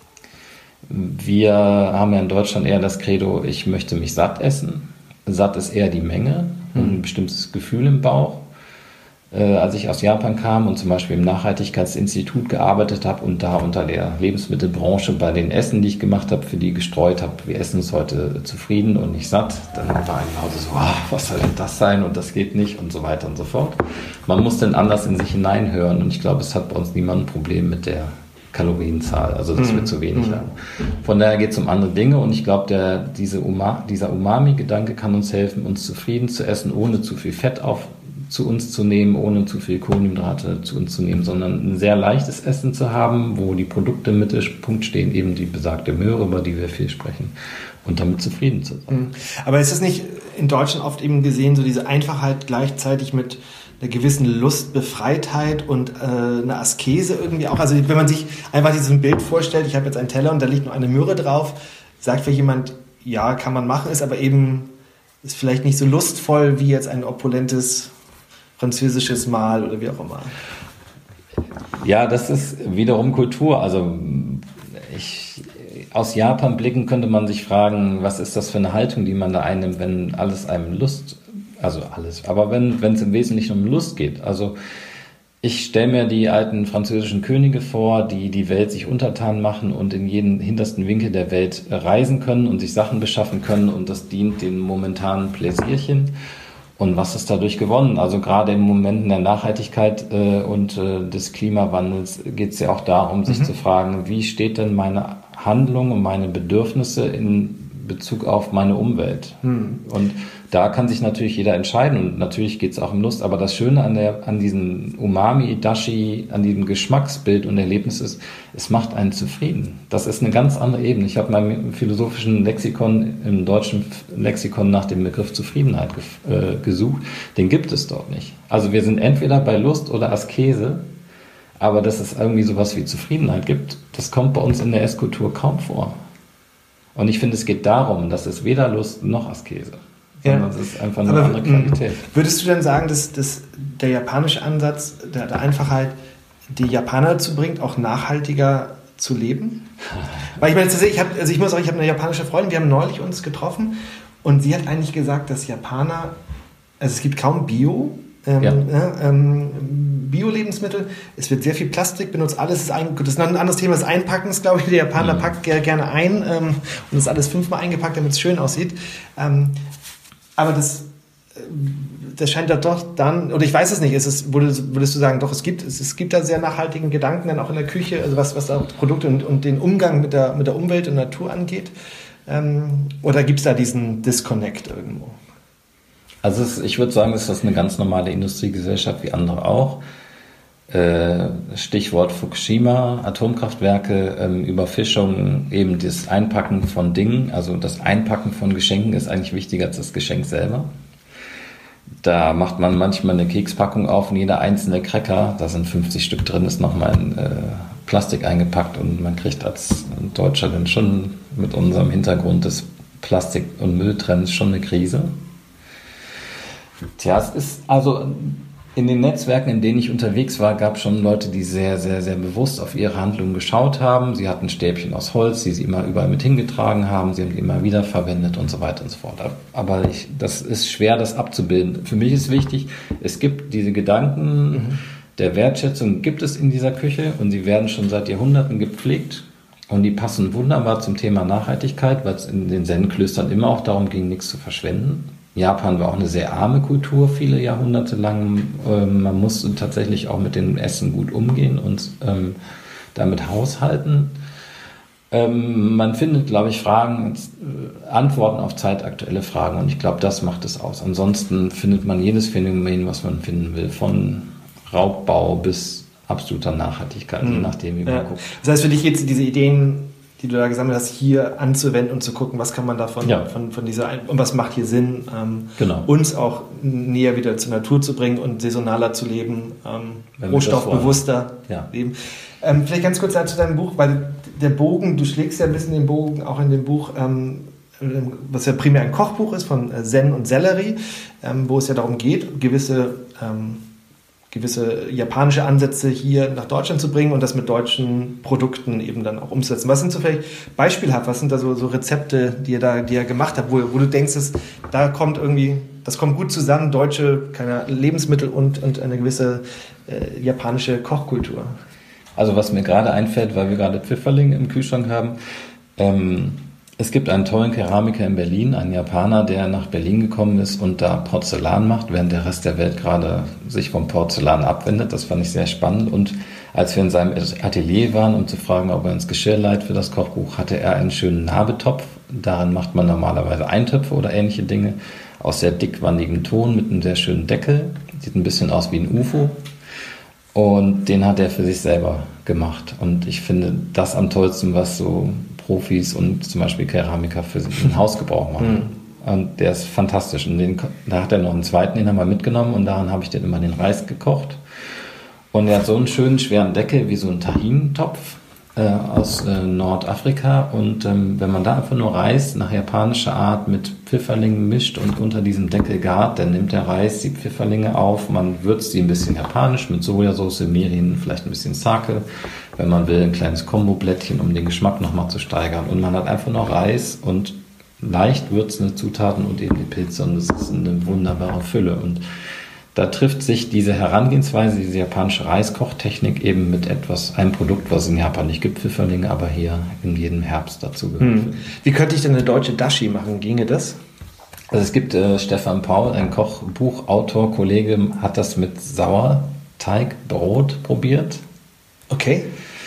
Wir haben ja in Deutschland eher das Credo, ich möchte mich satt essen. Satt ist eher die Menge und ein bestimmtes Gefühl im Bauch. Äh, als ich aus Japan kam und zum Beispiel im Nachhaltigkeitsinstitut gearbeitet habe und da unter der Lebensmittelbranche bei den Essen, die ich gemacht habe, für die gestreut habe, wir essen uns heute zufrieden und nicht satt, dann war genauso so, oh, was soll denn das sein und das geht nicht und so weiter und so fort. Man muss dann anders in sich hineinhören und ich glaube, es hat bei uns niemand ein Problem mit der Kalorienzahl, also dass wir zu wenig haben. Von daher geht es um andere Dinge und ich glaube, der, diese Uma, dieser Umami-Gedanke kann uns helfen, uns zufrieden zu essen, ohne zu viel Fett auf, zu uns zu nehmen, ohne zu viel Kohlenhydrate zu uns zu nehmen, sondern ein sehr leichtes Essen zu haben, wo die Produkte im Mittelpunkt stehen, eben die besagte Möhre, über die wir viel sprechen, und damit zufrieden zu sein.
Aber ist es nicht in Deutschland oft eben gesehen, so diese Einfachheit gleichzeitig mit einer gewissen Lustbefreitheit und äh, eine Askese irgendwie auch? Also wenn man sich einfach dieses Bild vorstellt, ich habe jetzt einen Teller und da liegt nur eine Möhre drauf, sagt für jemand, ja, kann man machen, ist aber eben ist vielleicht nicht so lustvoll wie jetzt ein opulentes französisches Mahl oder wie auch immer.
Ja, das ist wiederum Kultur. Also ich, aus Japan blicken könnte man sich fragen, was ist das für eine Haltung, die man da einnimmt, wenn alles einem Lust, also alles, aber wenn wenn es im Wesentlichen um Lust geht. Also ich stelle mir die alten französischen Könige vor, die die Welt sich untertan machen und in jeden hintersten Winkel der Welt reisen können und sich Sachen beschaffen können und das dient den momentanen Pläsierchen. Und was ist dadurch gewonnen? Also gerade in Momenten der Nachhaltigkeit äh, und äh, des Klimawandels geht es ja auch darum, sich mhm. zu fragen, wie steht denn meine Handlung und meine Bedürfnisse in Bezug auf meine Umwelt? Mhm. Und da kann sich natürlich jeder entscheiden und natürlich geht es auch um Lust, aber das Schöne an der an diesem Umami-Dashi, an diesem Geschmacksbild und Erlebnis ist, es macht einen zufrieden. Das ist eine ganz andere Ebene. Ich habe meinem philosophischen Lexikon, im deutschen Lexikon nach dem Begriff Zufriedenheit ge- äh, gesucht. Den gibt es dort nicht. Also wir sind entweder bei Lust oder Askese, aber dass es irgendwie sowas wie Zufriedenheit gibt, das kommt bei uns in der Esskultur kaum vor. Und ich finde, es geht darum, dass es weder Lust noch Askese, sondern
Ja.
es ist einfach eine
Aber
andere Qualität.
würdest du denn sagen, dass, dass der japanische Ansatz der, der Einfachheit die Japaner dazu bringt, auch nachhaltiger zu leben? Weil ich meine, ich habe, also ich muss auch, ich habe eine japanische Freundin, wir haben neulich uns getroffen und sie hat eigentlich gesagt, dass Japaner, also es gibt kaum Bio, ähm,
Ja.
ja, ähm, Bio-Lebensmittel, es wird sehr viel Plastik benutzt, alles ist ein, das ist ein anderes Thema des Einpackens, glaube ich, der Japaner
Mhm.
packt gerne, gerne ein ähm, und ist alles fünfmal eingepackt, damit es schön aussieht. Ähm, aber das das scheint da doch dann, oder ich weiß es nicht, ist es, würdest, würdest du sagen, doch, es gibt, es, es gibt da sehr nachhaltigen Gedanken dann auch in der Küche, also was, was auch Produkte und, und den Umgang mit der, mit der Umwelt und Natur angeht? Ähm, oder gibt es da diesen Disconnect irgendwo?
Also es, ich würde sagen, das ist eine ganz normale Industriegesellschaft wie andere auch. Äh, Stichwort Fukushima, Atomkraftwerke, ähm, Überfischung, eben das Einpacken von Dingen, also das Einpacken von Geschenken ist eigentlich wichtiger als das Geschenk selber. Da macht man manchmal eine Kekspackung auf und jeder einzelne Cracker, da sind fünfzig Stück drin, ist nochmal in äh, Plastik eingepackt und man kriegt als Deutscher dann schon mit unserem Hintergrund des Plastik- und Mülltrends schon eine Krise. Tja, es ist also in den Netzwerken, in denen ich unterwegs war, gab es schon Leute, die sehr, sehr, sehr bewusst auf ihre Handlungen geschaut haben. Sie hatten Stäbchen aus Holz, die sie immer überall mit hingetragen haben. Sie haben die immer wieder verwendet und so weiter und so fort. Aber ich, das ist schwer, das abzubilden. Für mich ist wichtig, es gibt diese Gedanken mhm. der Wertschätzung, gibt es in dieser Küche und sie werden schon seit Jahrhunderten gepflegt. Und die passen wunderbar zum Thema Nachhaltigkeit, weil es in den Zen-Klöstern immer auch darum ging, nichts zu verschwenden. Japan war auch eine sehr arme Kultur, viele Jahrhunderte lang. Ähm, man musste tatsächlich auch mit dem Essen gut umgehen und ähm, damit haushalten. Ähm, man findet, glaube ich, Fragen, äh, Antworten auf zeitaktuelle Fragen und ich glaube, das macht es aus. Ansonsten findet man jedes Phänomen, was man finden will, von Raubbau bis absoluter Nachhaltigkeit, mhm. je nachdem, wie man
ja.
guckt.
Das heißt für dich jetzt diese Ideen, die du da gesammelt hast, hier anzuwenden und zu gucken, was kann man davon
ja.
von, von dieser und was macht hier Sinn, ähm,
genau.
uns auch näher wieder zur Natur zu bringen und saisonaler zu leben, ähm, rohstoffbewusster
ja.
leben. Ähm, vielleicht ganz kurz zu deinem Buch, weil der Bogen, du schlägst ja ein bisschen den Bogen auch in dem Buch, ähm, was ja primär ein Kochbuch ist von Zen und Sellerie, ähm, wo es ja darum geht, gewisse ähm, gewisse japanische Ansätze hier nach Deutschland zu bringen und das mit deutschen Produkten eben dann auch umzusetzen. Was sind so vielleicht beispielhaft, was sind da so, so Rezepte, die ihr da die ihr gemacht habt, wo, wo du denkst, dass da kommt irgendwie, das kommt gut zusammen, deutsche keine Lebensmittel und, und eine gewisse äh, japanische Kochkultur?
Also was mir gerade einfällt, weil wir gerade Pfifferling im Kühlschrank haben, ähm, es gibt einen tollen Keramiker in Berlin, einen Japaner, der nach Berlin gekommen ist und da Porzellan macht, während der Rest der Welt gerade sich vom Porzellan abwendet. Das fand ich sehr spannend. Und als wir in seinem Atelier waren, um zu fragen, ob er uns Geschirr leiht für das Kochbuch, hatte er einen schönen Nabetopf. Darin macht man normalerweise Eintöpfe oder ähnliche Dinge aus sehr dickwandigem Ton mit einem sehr schönen Deckel. Sieht ein bisschen aus wie ein U F O. Und den hat er für sich selber gemacht. Und ich finde das am tollsten, was so Profis und zum Beispiel Keramiker für den Hausgebrauch machen. Mhm. Und der ist fantastisch. Und den, da hat er noch einen zweiten, den haben wir mitgenommen und daran habe ich dann immer den Reis gekocht. Und er hat so einen schönen, schweren Deckel wie so ein Tahin-Topf äh, aus äh, Nordafrika. Und ähm, wenn man da einfach nur Reis nach japanischer Art mit Pfifferlingen mischt und unter diesem Deckel gart, dann nimmt der Reis die Pfifferlinge auf. Man würzt die ein bisschen japanisch mit Sojasauce, Mirin, vielleicht ein bisschen Sake. Wenn man will, ein kleines Kombo-Blättchen, um den Geschmack nochmal zu steigern. Und man hat einfach noch Reis und leicht würzende Zutaten und eben die Pilze. Und das ist eine wunderbare Fülle. Und da trifft sich diese Herangehensweise, diese japanische Reiskochtechnik eben mit etwas, einem Produkt, was es in Japan nicht gibt, Pfifferlinge, aber hier in jedem Herbst dazu gehört.
Hm. Wie könnte ich denn eine deutsche Dashi machen? Ginge das?
Also es gibt äh, Stefan Paul, ein Kochbuchautor, Kollege, hat das mit Sauerteigbrot probiert.
Okay.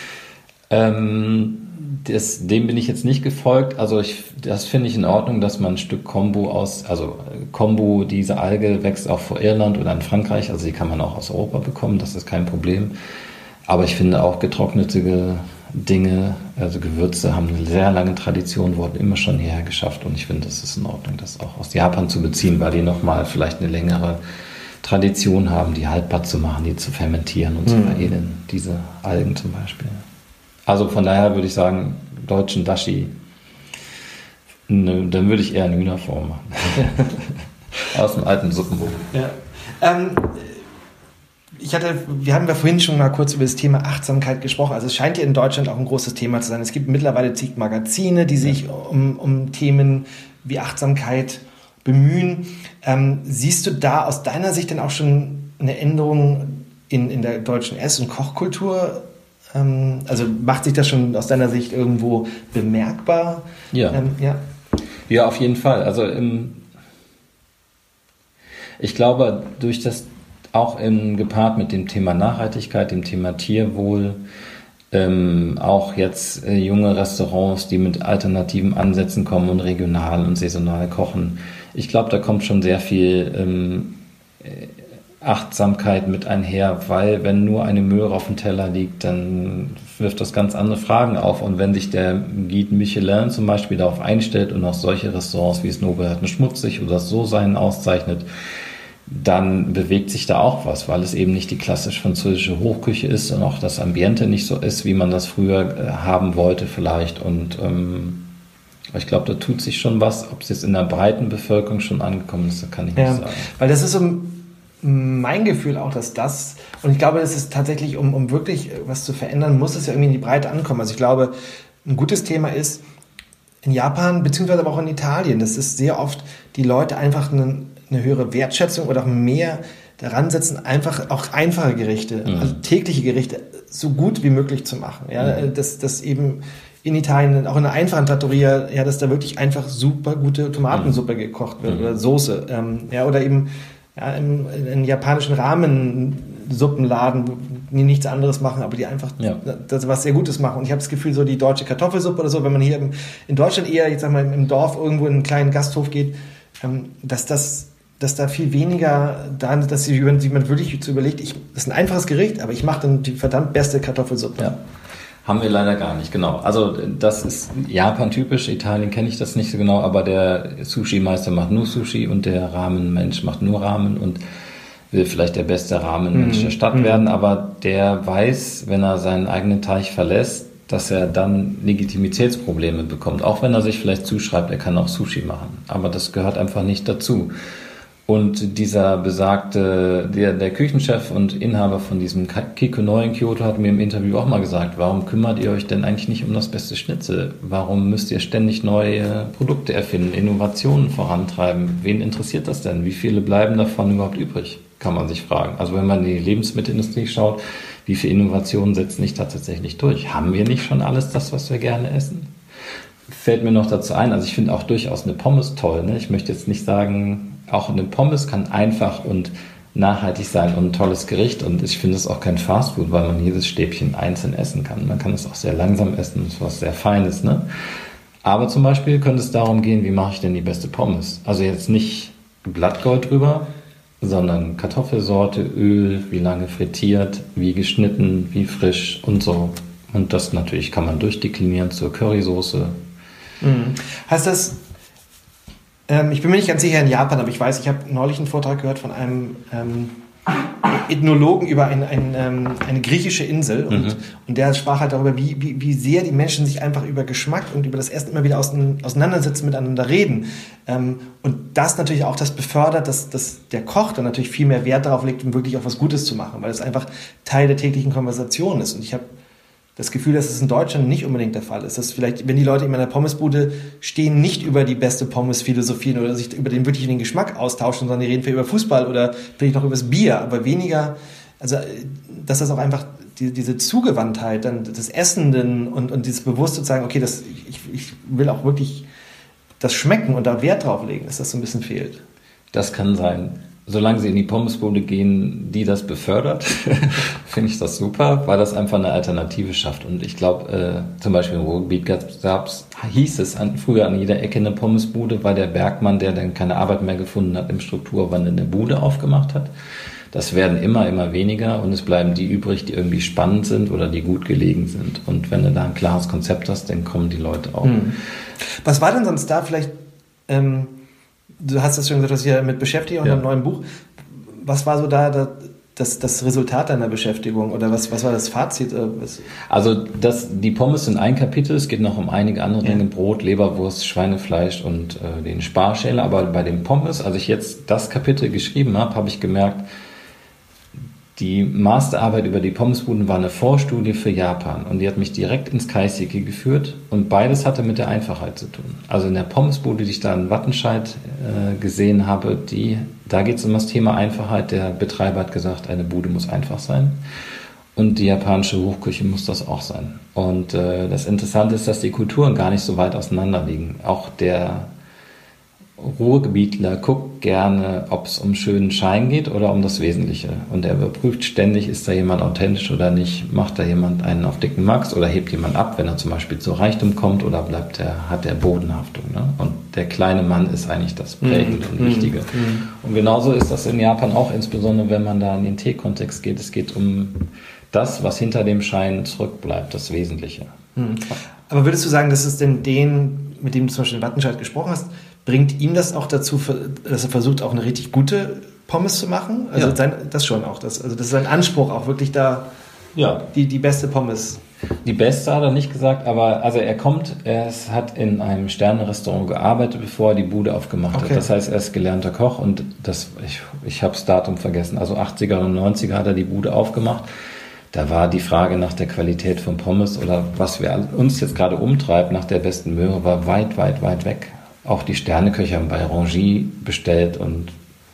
Ähm, das, dem bin ich jetzt nicht gefolgt. Also ich, das finde ich in Ordnung, dass man ein Stück Kombu aus, also Kombu, diese Alge wächst auch vor Irland oder in Frankreich, also die kann man auch aus Europa bekommen, das ist kein Problem. Aber ich finde auch getrocknete Dinge, also Gewürze, haben eine sehr lange Tradition, wurden immer schon hierher geschafft und ich finde, das ist in Ordnung, das auch aus Japan zu beziehen, weil die nochmal vielleicht eine längere Tradition haben, die haltbar zu machen, die zu fermentieren und zu
mhm.
veredeln, diese Algen zum Beispiel. Also von daher würde ich sagen, deutschen Dashi Nö, dann würde ich eher eine Hühnerform machen. Aus dem alten Suppenbuch.
Ja. Ähm, ich hatte, wir haben ja vorhin schon mal kurz über das Thema Achtsamkeit gesprochen. Also es scheint ja in Deutschland auch ein großes Thema zu sein. Es gibt mittlerweile zig Magazine, die sich um, um Themen wie Achtsamkeit bemühen. Ähm, siehst du da aus deiner Sicht denn auch schon eine Änderung in, in der deutschen Ess- und Kochkultur? Ähm, also macht sich das schon aus deiner Sicht irgendwo bemerkbar?
Ja.
Ähm, ja.
Ja, auf jeden Fall. Also im, ich glaube, durch das auch in, gepaart mit dem Thema Nachhaltigkeit, dem Thema Tierwohl, ähm, auch jetzt äh, junge Restaurants, die mit alternativen Ansätzen kommen und regional und saisonal kochen. Ich glaube, da kommt schon sehr viel ähm, Achtsamkeit mit einher, weil wenn nur eine Möhre auf dem Teller liegt, dann wirft das ganz andere Fragen auf. Und wenn sich der Guide Michelin zum Beispiel darauf einstellt und auch solche Restaurants wie das Nobelgarten schmutzig oder so sein auszeichnet, dann bewegt sich da auch was, weil es eben nicht die klassisch französische Hochküche ist und auch das Ambiente nicht so ist, wie man das früher äh, haben wollte vielleicht. Und ähm, ich glaube, da tut sich schon was. Ob es jetzt in der breiten Bevölkerung schon angekommen ist, kann ich
ja,
nicht sagen.
Weil das ist so mein Gefühl auch, dass das, und ich glaube, es ist tatsächlich, um, um wirklich was zu verändern, muss es ja irgendwie in die Breite ankommen. Also ich glaube, ein gutes Thema ist in Japan, beziehungsweise aber auch in Italien, das ist sehr oft, die Leute einfach eine, eine höhere Wertschätzung oder auch mehr daran setzen, einfach auch einfache Gerichte, mhm. also tägliche Gerichte, so gut wie möglich zu machen. Ja, mhm. dass, dass eben in Italien, auch in einer einfachen Trattoria, ja, dass da wirklich einfach super gute Tomatensuppe mhm. gekocht wird, mhm. oder Soße, ähm, ja, oder eben ja, im, in japanischen Ramen-Suppenladen, die nichts anderes machen, aber die einfach ja. das, was sehr Gutes machen. Und ich habe das Gefühl, so die deutsche Kartoffelsuppe oder so, wenn man hier im, in Deutschland eher, jetzt sag mal, im Dorf irgendwo in einen kleinen Gasthof geht, ähm, dass das, dass da viel weniger da, dass sich jemand wirklich zu überlegt, ich, das ist ein einfaches Gericht, aber ich mache dann die verdammt beste Kartoffelsuppe.
Ja. Haben wir leider gar nicht, genau. Also das ist Japan-typisch, Italien kenne ich das nicht so genau, aber der Sushi-Meister macht nur Sushi und der Ramen-Mensch macht nur Ramen und will vielleicht der beste Ramen-Mensch mhm. der Stadt mhm. werden, aber der weiß, wenn er seinen eigenen Teich verlässt, dass er dann Legitimitätsprobleme bekommt, auch wenn er sich vielleicht zuschreibt, er kann auch Sushi machen, aber das gehört einfach nicht dazu. Und dieser besagte, der, der Küchenchef und Inhaber von diesem Kikonoi in Kyoto hat mir im Interview auch mal gesagt, warum kümmert ihr euch denn eigentlich nicht um das beste Schnitzel? Warum müsst ihr ständig neue Produkte erfinden, Innovationen vorantreiben? Wen interessiert das denn? Wie viele bleiben davon überhaupt übrig? Kann man sich fragen. Also wenn man in die Lebensmittelindustrie schaut, wie viele Innovationen setzen sich da tatsächlich durch? Haben wir nicht schon alles das, was wir gerne essen? Fällt mir noch dazu ein, also ich finde auch durchaus eine Pommes toll. Ne? Ich möchte jetzt nicht sagen, auch eine Pommes kann einfach und nachhaltig sein und ein tolles Gericht. Und ich finde es auch kein Fastfood, weil man jedes Stäbchen einzeln essen kann. Man kann es auch sehr langsam essen, das ist was sehr Feines. Ne? Aber zum Beispiel könnte es darum gehen, wie mache ich denn die beste Pommes? Also jetzt nicht Blattgold drüber, sondern Kartoffelsorte, Öl, wie lange frittiert, wie geschnitten, wie frisch und so. Und das natürlich kann man durchdeklinieren zur Currysoße.
Mhm. Heißt das, ähm, ich bin mir nicht ganz sicher in Japan, aber ich weiß, ich habe neulich einen Vortrag gehört von einem ähm, Ethnologen über ein, ein, ähm, eine griechische Insel und, mhm. und der sprach halt darüber, wie, wie, wie sehr die Menschen sich einfach über Geschmack und über das Essen immer wieder auseinandersetzen, miteinander reden. Ähm, und das natürlich auch das befördert, dass, dass der Koch dann natürlich viel mehr Wert darauf legt, um wirklich auch was Gutes zu machen, weil es einfach Teil der täglichen Konversation ist. Und ich habe das Gefühl, dass es in Deutschland nicht unbedingt der Fall ist. Dass vielleicht, wenn die Leute in meiner Pommesbude stehen, nicht über die beste Pommes philosophieren oder sich über den wirklich den Geschmack austauschen, sondern die reden vielleicht über Fußball oder vielleicht noch über das Bier, aber weniger, also dass das auch einfach die, diese Zugewandtheit dann des Essenden und, und dieses Bewusste zu sagen, okay, das, ich, ich will auch wirklich das schmecken und da Wert drauf legen, dass das so ein bisschen fehlt.
Das kann sein. Solange sie in die Pommesbude gehen, die das befördert, finde ich das super, weil das einfach eine Alternative schafft. Und ich glaube, äh, zum Beispiel im Ruhrgebiet gab's, hieß es an, früher an jeder Ecke eine Pommesbude, weil der Bergmann, der dann keine Arbeit mehr gefunden hat, im Strukturwandel eine Bude aufgemacht hat. Das werden immer, immer weniger und es bleiben die übrig, die irgendwie spannend sind oder die gut gelegen sind. Und wenn du da ein klares Konzept hast, dann kommen die Leute auch. Hm.
Was war denn sonst da vielleicht... Ähm Du hast das schon gesagt, dass ich ja mit beschäftigt und ja. einem neuen Buch. Was war so da, da das, das Resultat deiner Beschäftigung oder was, was war das Fazit? Was?
Also das, die Pommes sind ein Kapitel, es geht noch um einige andere Dinge, ja. Brot, Leberwurst, Schweinefleisch und äh, den Sparschäler, aber bei den Pommes, als ich jetzt das Kapitel geschrieben habe, habe ich gemerkt, die Masterarbeit über die Pommesbuden war eine Vorstudie für Japan und die hat mich direkt ins Kaiseki geführt und beides hatte mit der Einfachheit zu tun. Also in der Pommesbude, die ich da in Wattenscheid äh, gesehen habe, die, da geht es um das Thema Einfachheit. Der Betreiber hat gesagt, eine Bude muss einfach sein und die japanische Hochküche muss das auch sein. Und äh, das Interessante ist, dass die Kulturen gar nicht so weit auseinander liegen. Auch der Ruhrgebietler guckt gerne, ob es um schönen Schein geht oder um das Wesentliche. Und er überprüft ständig, ist da jemand authentisch oder nicht, macht da jemand einen auf dicken Max oder hebt jemand ab, wenn er zum Beispiel zu Reichtum kommt oder bleibt er, hat er Bodenhaftung. Ne? Und der kleine Mann ist eigentlich das Prägende mhm. und Wichtige. Mhm. Und genauso ist das in Japan auch, insbesondere wenn man da in den Tee-Kontext geht. Es geht um das, was hinter dem Schein zurückbleibt, das Wesentliche.
Mhm. Aber würdest du sagen, dass es denn den, mit dem du zum Beispiel in Wattenscheid gesprochen hast, bringt ihm das auch dazu, dass er versucht, auch eine richtig gute Pommes zu machen? Also ja. sein, das schon auch. Das, also das ist sein Anspruch, auch wirklich da ja. die, die beste Pommes.
Die beste hat er nicht gesagt, aber also er kommt, er hat in einem Sterne-Restaurant gearbeitet, bevor er die Bude aufgemacht okay. hat. Das heißt, er ist gelernter Koch und das, ich, ich habe das Datum vergessen. Also achtziger und neunziger hat er die Bude aufgemacht. Da war die Frage nach der Qualität von Pommes oder was wir uns jetzt gerade umtreibt, nach der besten Möhre, war weit, weit, weit weg. Auch die Sterneköche haben bei Rangy bestellt und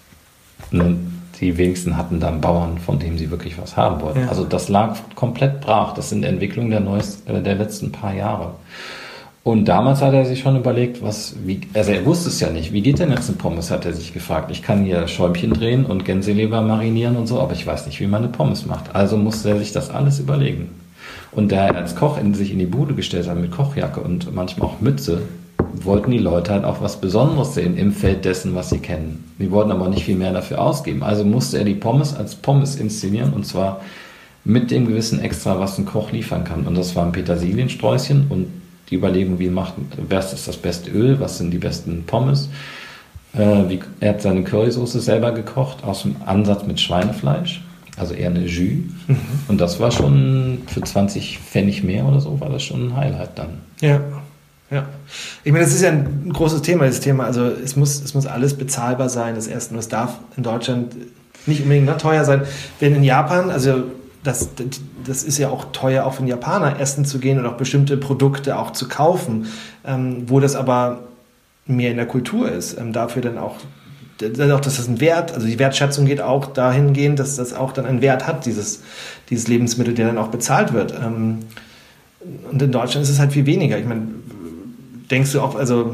die wenigsten hatten dann Bauern, von denen sie wirklich was haben wollten. Ja. Also das lag komplett brach. Das sind Entwicklungen der, neuest, der letzten paar Jahre. Und damals hat er sich schon überlegt, was, wie, also er wusste es ja nicht. Wie geht denn jetzt eine Pommes, hat er sich gefragt. Ich kann hier Schäumchen drehen und Gänseleber marinieren und so, aber ich weiß nicht, wie man eine Pommes macht. Also musste er sich das alles überlegen. Und da er als Koch in, sich in die Bude gestellt hat mit Kochjacke und manchmal auch Mütze, wollten die Leute halt auch was Besonderes sehen im Feld dessen, was sie kennen. Die wollten aber nicht viel mehr dafür ausgeben. Also musste er die Pommes als Pommes inszenieren und zwar mit dem gewissen Extra, was ein Koch liefern kann. Und das waren Petersiliensträußchen und die Überlegung, wie macht, was ist das beste Öl, was sind die besten Pommes. Äh, wie, er hat seine Currysoße selber gekocht, aus dem Ansatz mit Schweinefleisch, also eher eine Jus. Mhm. Und das war schon für zwanzig Pfennig mehr oder so, war das schon ein Highlight dann.
Ja. Ja, ich meine, das ist ja ein großes Thema, das Thema. Also es muss, es muss alles bezahlbar sein, das Erste. Und es darf in Deutschland nicht unbedingt noch teuer sein. Denn in Japan, also das, das ist ja auch teuer, auch für einen Japaner essen zu gehen und auch bestimmte Produkte auch zu kaufen, ähm, wo das aber mehr in der Kultur ist. Ähm, dafür dann auch, dann auch, dass das ein Wert, also die Wertschätzung geht auch dahingehend, dass das auch dann einen Wert hat, dieses, dieses Lebensmittel, der dann auch bezahlt wird. Ähm, und in Deutschland ist es halt viel weniger. Ich meine, denkst du auch, also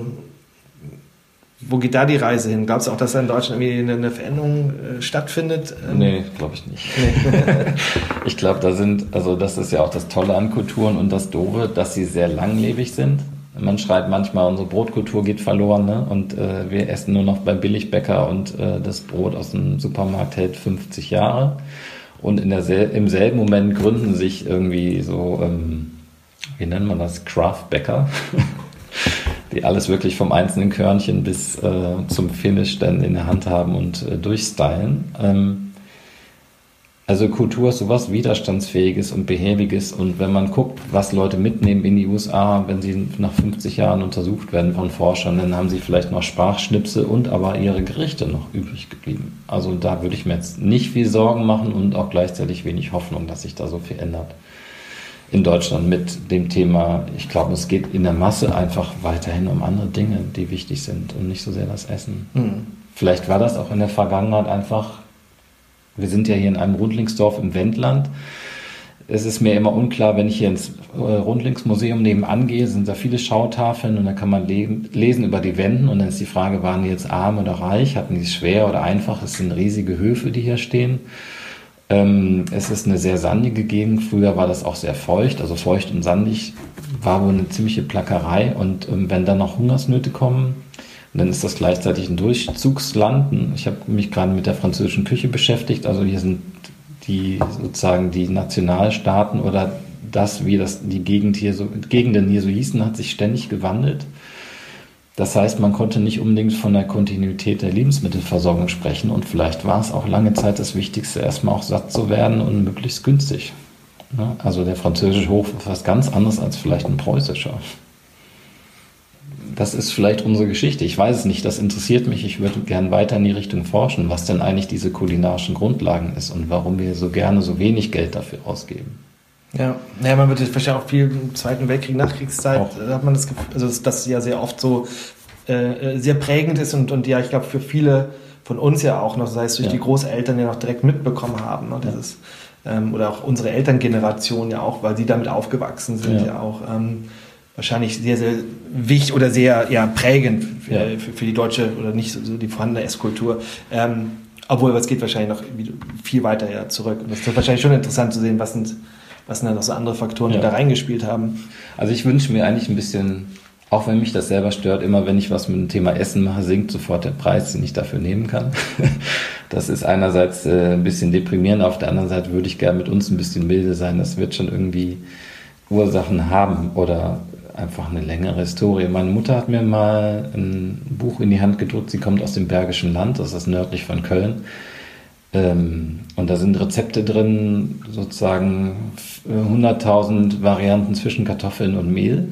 wo geht da die Reise hin? Glaubst du auch, dass da in Deutschland irgendwie eine, eine Veränderung äh, stattfindet?
Ähm nee, glaube ich nicht. Nee. Ich glaube, da sind, also das ist ja auch das Tolle an Kulturen und das Doofe, dass sie sehr langlebig sind. Man schreibt manchmal, unsere Brotkultur geht verloren, ne? Und äh, wir essen nur noch beim Billigbäcker und äh, das Brot aus dem Supermarkt hält fünfzig Jahre. Und in der sel- im selben Moment gründen sich irgendwie so, ähm, wie nennt man das, Craft-Bäcker, die alles wirklich vom einzelnen Körnchen bis äh, zum Finish dann in der Hand haben und äh, durchstylen. Ähm, also Kultur ist sowas Widerstandsfähiges und Behäbiges und wenn man guckt, was Leute mitnehmen in die U S A, wenn sie nach fünfzig Jahren untersucht werden von Forschern, dann haben sie vielleicht noch Sprachschnipsel und aber ihre Gerichte noch übrig geblieben. Also da würde ich mir jetzt nicht viel Sorgen machen und auch gleichzeitig wenig Hoffnung, dass sich da so viel ändert. In Deutschland mit dem Thema, ich glaube, es geht in der Masse einfach weiterhin um andere Dinge, die wichtig sind und nicht so sehr das Essen. Mhm. Vielleicht war das auch in der Vergangenheit einfach, wir sind ja hier in einem Rundlingsdorf im Wendland. Es ist mir immer unklar, wenn ich hier ins Rundlingsmuseum nebenan gehe, sind da viele Schautafeln und da kann man lesen über die Wenden und dann ist die Frage, waren die jetzt arm oder reich, hatten die es schwer oder einfach? Es sind riesige Höfe, die hier stehen. Ähm, es ist eine sehr sandige Gegend. Früher war das auch sehr feucht, also feucht und sandig war wohl eine ziemliche Plackerei. Und ähm, wenn dann noch Hungersnöte kommen, dann ist das gleichzeitig ein Durchzugsland. Ich habe mich gerade mit der französischen Küche beschäftigt. Also hier sind die sozusagen die Nationalstaaten oder das, wie das die Gegend hier so, Gegenden hier so hießen, hat sich ständig gewandelt. Das heißt, man konnte nicht unbedingt von der Kontinuität der Lebensmittelversorgung sprechen und vielleicht war es auch lange Zeit das Wichtigste, erstmal auch satt zu werden und möglichst günstig. Also der französische Hof ist was ganz anderes als vielleicht ein preußischer. Das ist vielleicht unsere Geschichte. Ich weiß es nicht, das interessiert mich. Ich würde gerne weiter in die Richtung forschen, was denn eigentlich diese kulinarischen Grundlagen ist und warum wir so gerne so wenig Geld dafür ausgeben.
Ja, naja, man wird jetzt wahrscheinlich auch viel im Zweiten Weltkrieg, Nachkriegszeit,
Auch.
da hat man das Gefühl, also dass das ja sehr oft so äh, sehr prägend ist und, und ja, ich glaube für viele von uns ja auch noch, sei es durch
ja.
die Großeltern ja noch direkt mitbekommen haben, ne, dieses, ja. ähm, oder auch unsere Elterngeneration ja auch, weil sie damit aufgewachsen sind, ja, ja auch ähm, wahrscheinlich sehr, sehr wichtig oder sehr ja, prägend für, ja. für, für die deutsche oder nicht so, so die vorhandene Esskultur. Ähm, obwohl, es geht wahrscheinlich noch viel weiter ja, zurück. Und das ist wahrscheinlich schon interessant zu sehen, was sind, was sind da noch so andere Faktoren, die ja. da reingespielt haben.
Also ich wünsche mir eigentlich ein bisschen, auch wenn mich das selber stört, immer wenn ich was mit dem Thema Essen mache, sinkt sofort der Preis, den ich dafür nehmen kann. Das ist einerseits äh, ein bisschen deprimierend, auf der anderen Seite würde ich gerne mit uns ein bisschen milde sein. Das wird schon irgendwie Ursachen haben oder einfach eine längere Historie. Meine Mutter hat mir mal ein Buch in die Hand gedrückt, sie kommt aus dem Bergischen Land, das ist nördlich von Köln. Ähm, und da sind Rezepte drin, sozusagen hunderttausend Varianten zwischen Kartoffeln und Mehl.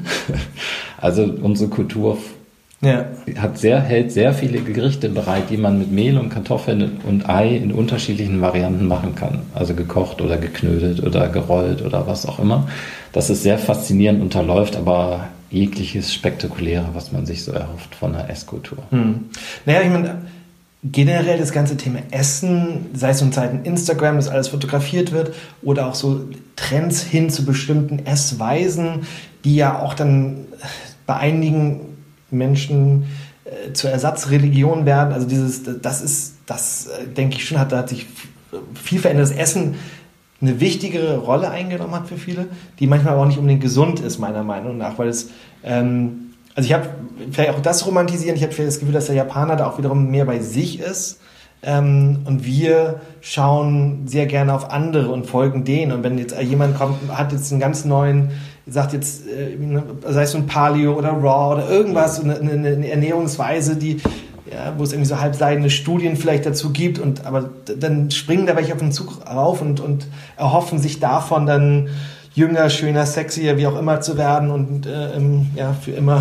Also unsere Kultur ja. hat sehr, hält sehr viele Gerichte bereit, die man mit Mehl und Kartoffeln und Ei in unterschiedlichen Varianten machen kann. Also gekocht oder geknödelt oder gerollt oder was auch immer. Das ist sehr faszinierend, unterläuft aber jegliches Spektakuläre, was man sich so erhofft von einer Esskultur.
Hm. Naja, ich meine, generell das ganze Thema Essen, sei es in Zeiten Instagram, dass alles fotografiert wird, oder auch so Trends hin zu bestimmten Essweisen, die ja auch dann bei einigen Menschen äh, zur Ersatzreligion werden. Also dieses, das ist, das äh, denke ich schon, hat, da hat sich viel verändert. Das Essen eine wichtigere Rolle eingenommen hat für viele, die manchmal aber auch nicht unbedingt gesund ist, meiner Meinung nach, weil es, ähm, also ich habe vielleicht auch das romantisieren, ich habe vielleicht das Gefühl, dass der Japaner da auch wiederum mehr bei sich ist, ähm, und wir schauen sehr gerne auf andere und folgen denen, und wenn jetzt jemand kommt, hat jetzt einen ganz neuen, sagt jetzt, äh, sei es so ein Paleo oder Raw oder irgendwas, eine, eine, eine Ernährungsweise, die ja, wo es irgendwie so halbseidene Studien vielleicht dazu gibt, und aber dann springen da welche auf den Zug rauf und, und erhoffen sich davon dann jünger, schöner, sexier, wie auch immer zu werden und äh, ähm, ja, für immer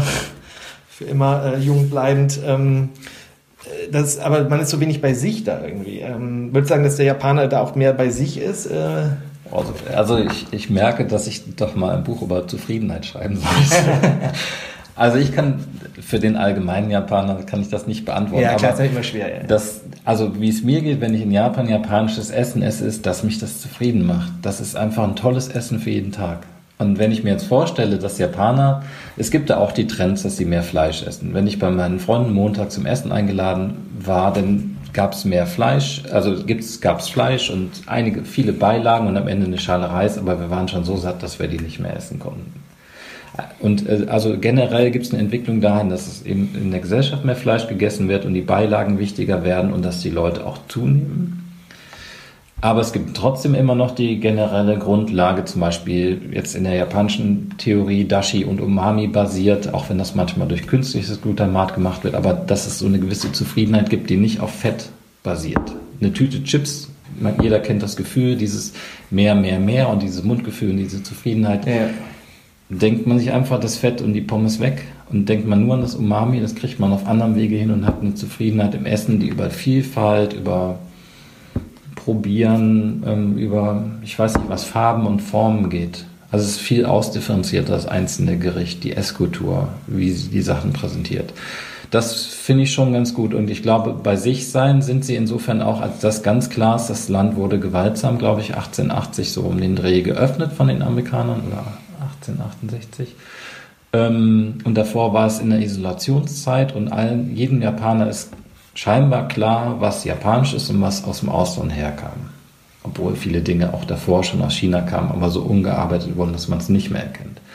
für immer äh, jung bleibend. Ähm, das, aber man ist so wenig bei sich da irgendwie. Ähm, würdest du sagen, dass der Japaner da auch mehr bei sich ist? Äh?
Also, also ich, ich merke, dass ich doch mal ein Buch über Zufriedenheit schreiben sollte. Also ich kann, für den allgemeinen Japaner kann ich das nicht beantworten.
Ja, klar,
aber
ist immer schwer. Ja.
Das, also wie es mir geht, wenn ich in Japan japanisches Essen esse, ist, dass mich das zufrieden macht. Das ist einfach ein tolles Essen für jeden Tag. Und wenn ich mir jetzt vorstelle, dass Japaner, es gibt da auch die Trends, dass sie mehr Fleisch essen. Wenn ich bei meinen Freunden Montag zum Essen eingeladen war, dann gab es mehr Fleisch, also gab es Fleisch und einige, viele Beilagen und am Ende eine Schale Reis, aber wir waren schon so satt, dass wir die nicht mehr essen konnten. Und also generell gibt es eine Entwicklung dahin, dass es eben in der Gesellschaft mehr Fleisch gegessen wird und die Beilagen wichtiger werden und dass die Leute auch zunehmen. Aber es gibt trotzdem immer noch die generelle Grundlage, zum Beispiel jetzt in der japanischen Theorie Dashi und Umami basiert, auch wenn das manchmal durch künstliches Glutamat gemacht wird, aber dass es so eine gewisse Zufriedenheit gibt, die nicht auf Fett basiert. Eine Tüte Chips, jeder kennt das Gefühl, dieses mehr, mehr, mehr und dieses Mundgefühl und diese Zufriedenheit. Ja. Denkt man sich einfach das Fett und die Pommes weg und denkt man nur an das Umami, das kriegt man auf anderem Wege hin und hat eine Zufriedenheit im Essen, die über Vielfalt, über Probieren, ähm, über, ich weiß nicht, was Farben und Formen geht. Also es ist viel ausdifferenzierter, das einzelne Gericht, die Esskultur, wie sie die Sachen präsentiert. Das finde ich schon ganz gut und ich glaube, bei sich sein sind sie insofern auch, als das ganz klar ist, das Land wurde gewaltsam, glaube ich, achtzehnhundertachtzig so um den Dreh geöffnet von den Amerikanern oder achtzehnhundertachtundsechzig. Ähm, und davor war es in der Isolationszeit und allen, jedem Japaner ist scheinbar klar, was japanisch ist und was aus dem Ausland herkam. Obwohl viele Dinge auch davor schon aus China kamen, aber so ungearbeitet wurden, dass man es nicht mehr erkennt.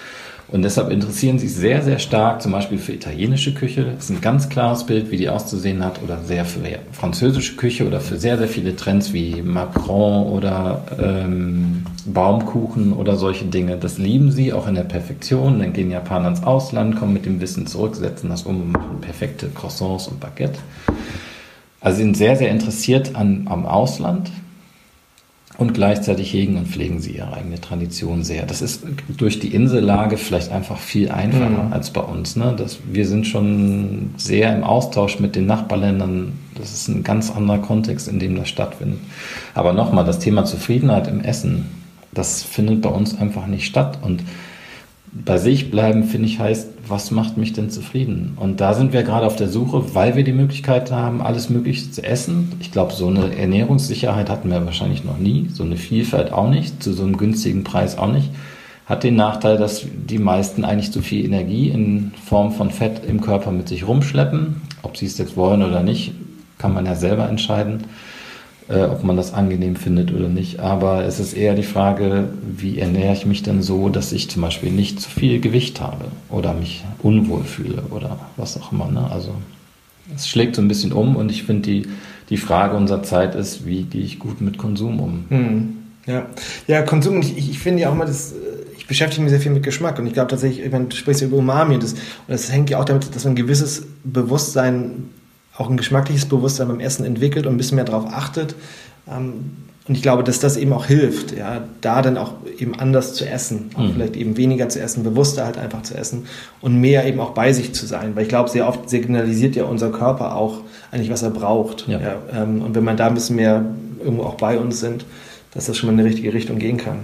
Und deshalb interessieren sie sich sehr, sehr stark zum Beispiel für italienische Küche. Das ist ein ganz klares Bild, wie die auszusehen hat. Oder sehr für französische Küche oder für sehr, sehr viele Trends wie Macron oder ähm, Baumkuchen oder solche Dinge. Das lieben sie, auch in der Perfektion. Dann gehen Japaner ins Ausland, kommen mit dem Wissen zurück, setzen das um, machen perfekte Croissants und Baguette. Also sie sind sehr, sehr interessiert an, am Ausland. Und gleichzeitig hegen und pflegen sie ihre eigene Tradition sehr. Das ist durch die Insellage vielleicht einfach viel einfacher mhm. als bei uns. Ne? Das, wir sind schon sehr im Austausch mit den Nachbarländern. Das ist ein ganz anderer Kontext, in dem das stattfindet. Aber nochmal, das Thema Zufriedenheit im Essen, das findet bei uns einfach nicht statt. Und bei sich bleiben, finde ich, heißt, was macht mich denn zufrieden? Und da sind wir gerade auf der Suche, weil wir die Möglichkeit haben, alles Mögliche zu essen. Ich glaube, so eine Ernährungssicherheit hatten wir wahrscheinlich noch nie, so eine Vielfalt auch nicht, zu so einem günstigen Preis auch nicht. Hat den Nachteil, dass die meisten eigentlich zu viel Energie in Form von Fett im Körper mit sich rumschleppen. Ob sie es jetzt wollen oder nicht, kann man ja selber entscheiden. Äh, ob man das angenehm findet oder nicht. Aber es ist eher die Frage, wie ernähre ich mich denn so, dass ich zum Beispiel nicht zu viel Gewicht habe oder mich unwohl fühle oder was auch immer. Ne? Also es schlägt so ein bisschen um und ich finde, die, die Frage unserer Zeit ist, wie gehe ich gut mit Konsum um?
Hm. Ja. ja, Konsum, ich, ich finde ja auch mal, das, ich beschäftige mich sehr viel mit Geschmack und ich glaube tatsächlich, wenn du sprichst über Umami und das, und das hängt ja auch damit, dass man ein gewisses Bewusstsein, auch ein geschmackliches Bewusstsein beim Essen entwickelt und ein bisschen mehr darauf achtet. Und ich glaube, dass das eben auch hilft, ja, da dann auch eben anders zu essen, auch mhm. vielleicht eben weniger zu essen, bewusster halt einfach zu essen und mehr eben auch bei sich zu sein. Weil ich glaube, sehr oft signalisiert ja unser Körper auch eigentlich, was er braucht. Ja. Ja, und wenn man da ein bisschen mehr irgendwo auch bei uns sind, dass das schon mal in die richtige Richtung gehen kann.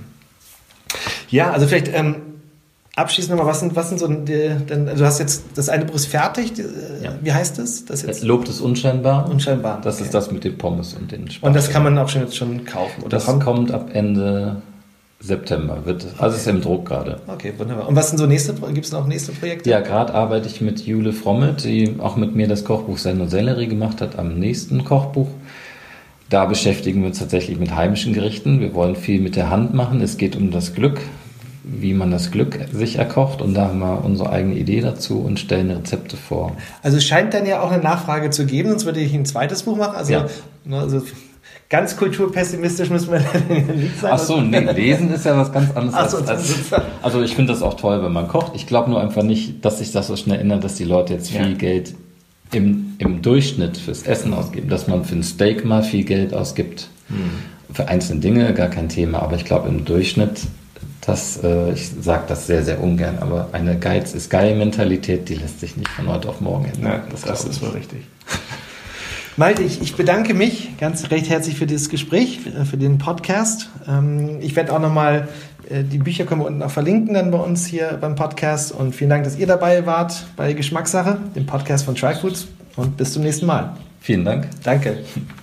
Ja, also vielleicht ähm, abschließend nochmal, was sind, was sind so, die, denn, du hast jetzt, das eine Buch ist fertig, die, ja. Wie heißt das? das jetzt?
Lob des Unscheinbaren.
Unscheinbar.
Das okay. ist das mit den Pommes und den Spargeln.
Und das kann man auch schon jetzt schon kaufen? Oder
das
kommt?
kommt ab Ende September, wird, also okay. ist im Druck gerade.
Okay, wunderbar. Und was sind so nächste, gibt es noch nächste Projekte?
Ja, gerade arbeite ich mit Jule Frommet, die auch mit mir das Kochbuch Senn und Sellerie gemacht hat, am nächsten Kochbuch. Da beschäftigen wir uns tatsächlich mit heimischen Gerichten. Wir wollen viel mit der Hand machen. Es geht um das Glück, wie man das Glück sich erkocht und da haben wir unsere eigene Idee dazu und stellen Rezepte vor.
Also es scheint dann ja auch eine Nachfrage zu geben, sonst würde ich ein zweites Buch machen. Also,
ja.
also ganz kulturpessimistisch müssen wir nicht sein.
Ach so, nee, lesen ist ja was ganz anderes.
Ach so,
als, als, also ich finde das auch toll, wenn man kocht. Ich glaube nur einfach nicht, dass sich das so schnell ändert, dass die Leute jetzt viel ja. Geld im, im Durchschnitt fürs Essen ausgeben, dass man für ein Steak mal viel Geld ausgibt. Hm. Für einzelne Dinge gar kein Thema, aber ich glaube im Durchschnitt Das, äh, ich sage das sehr, sehr ungern, aber eine Geiz ist geil Mentalität, die lässt sich nicht von heute auf morgen ändern.
Ja, das, das ist wohl richtig. Malte, ich, ich bedanke mich ganz recht herzlich für dieses Gespräch, für den Podcast. Ähm, ich werde auch nochmal, äh, die Bücher können wir unten auch verlinken dann bei uns hier beim Podcast und vielen Dank, dass ihr dabei wart bei Geschmackssache, dem Podcast von Tryfoods und bis zum nächsten Mal.
Vielen Dank.
Danke.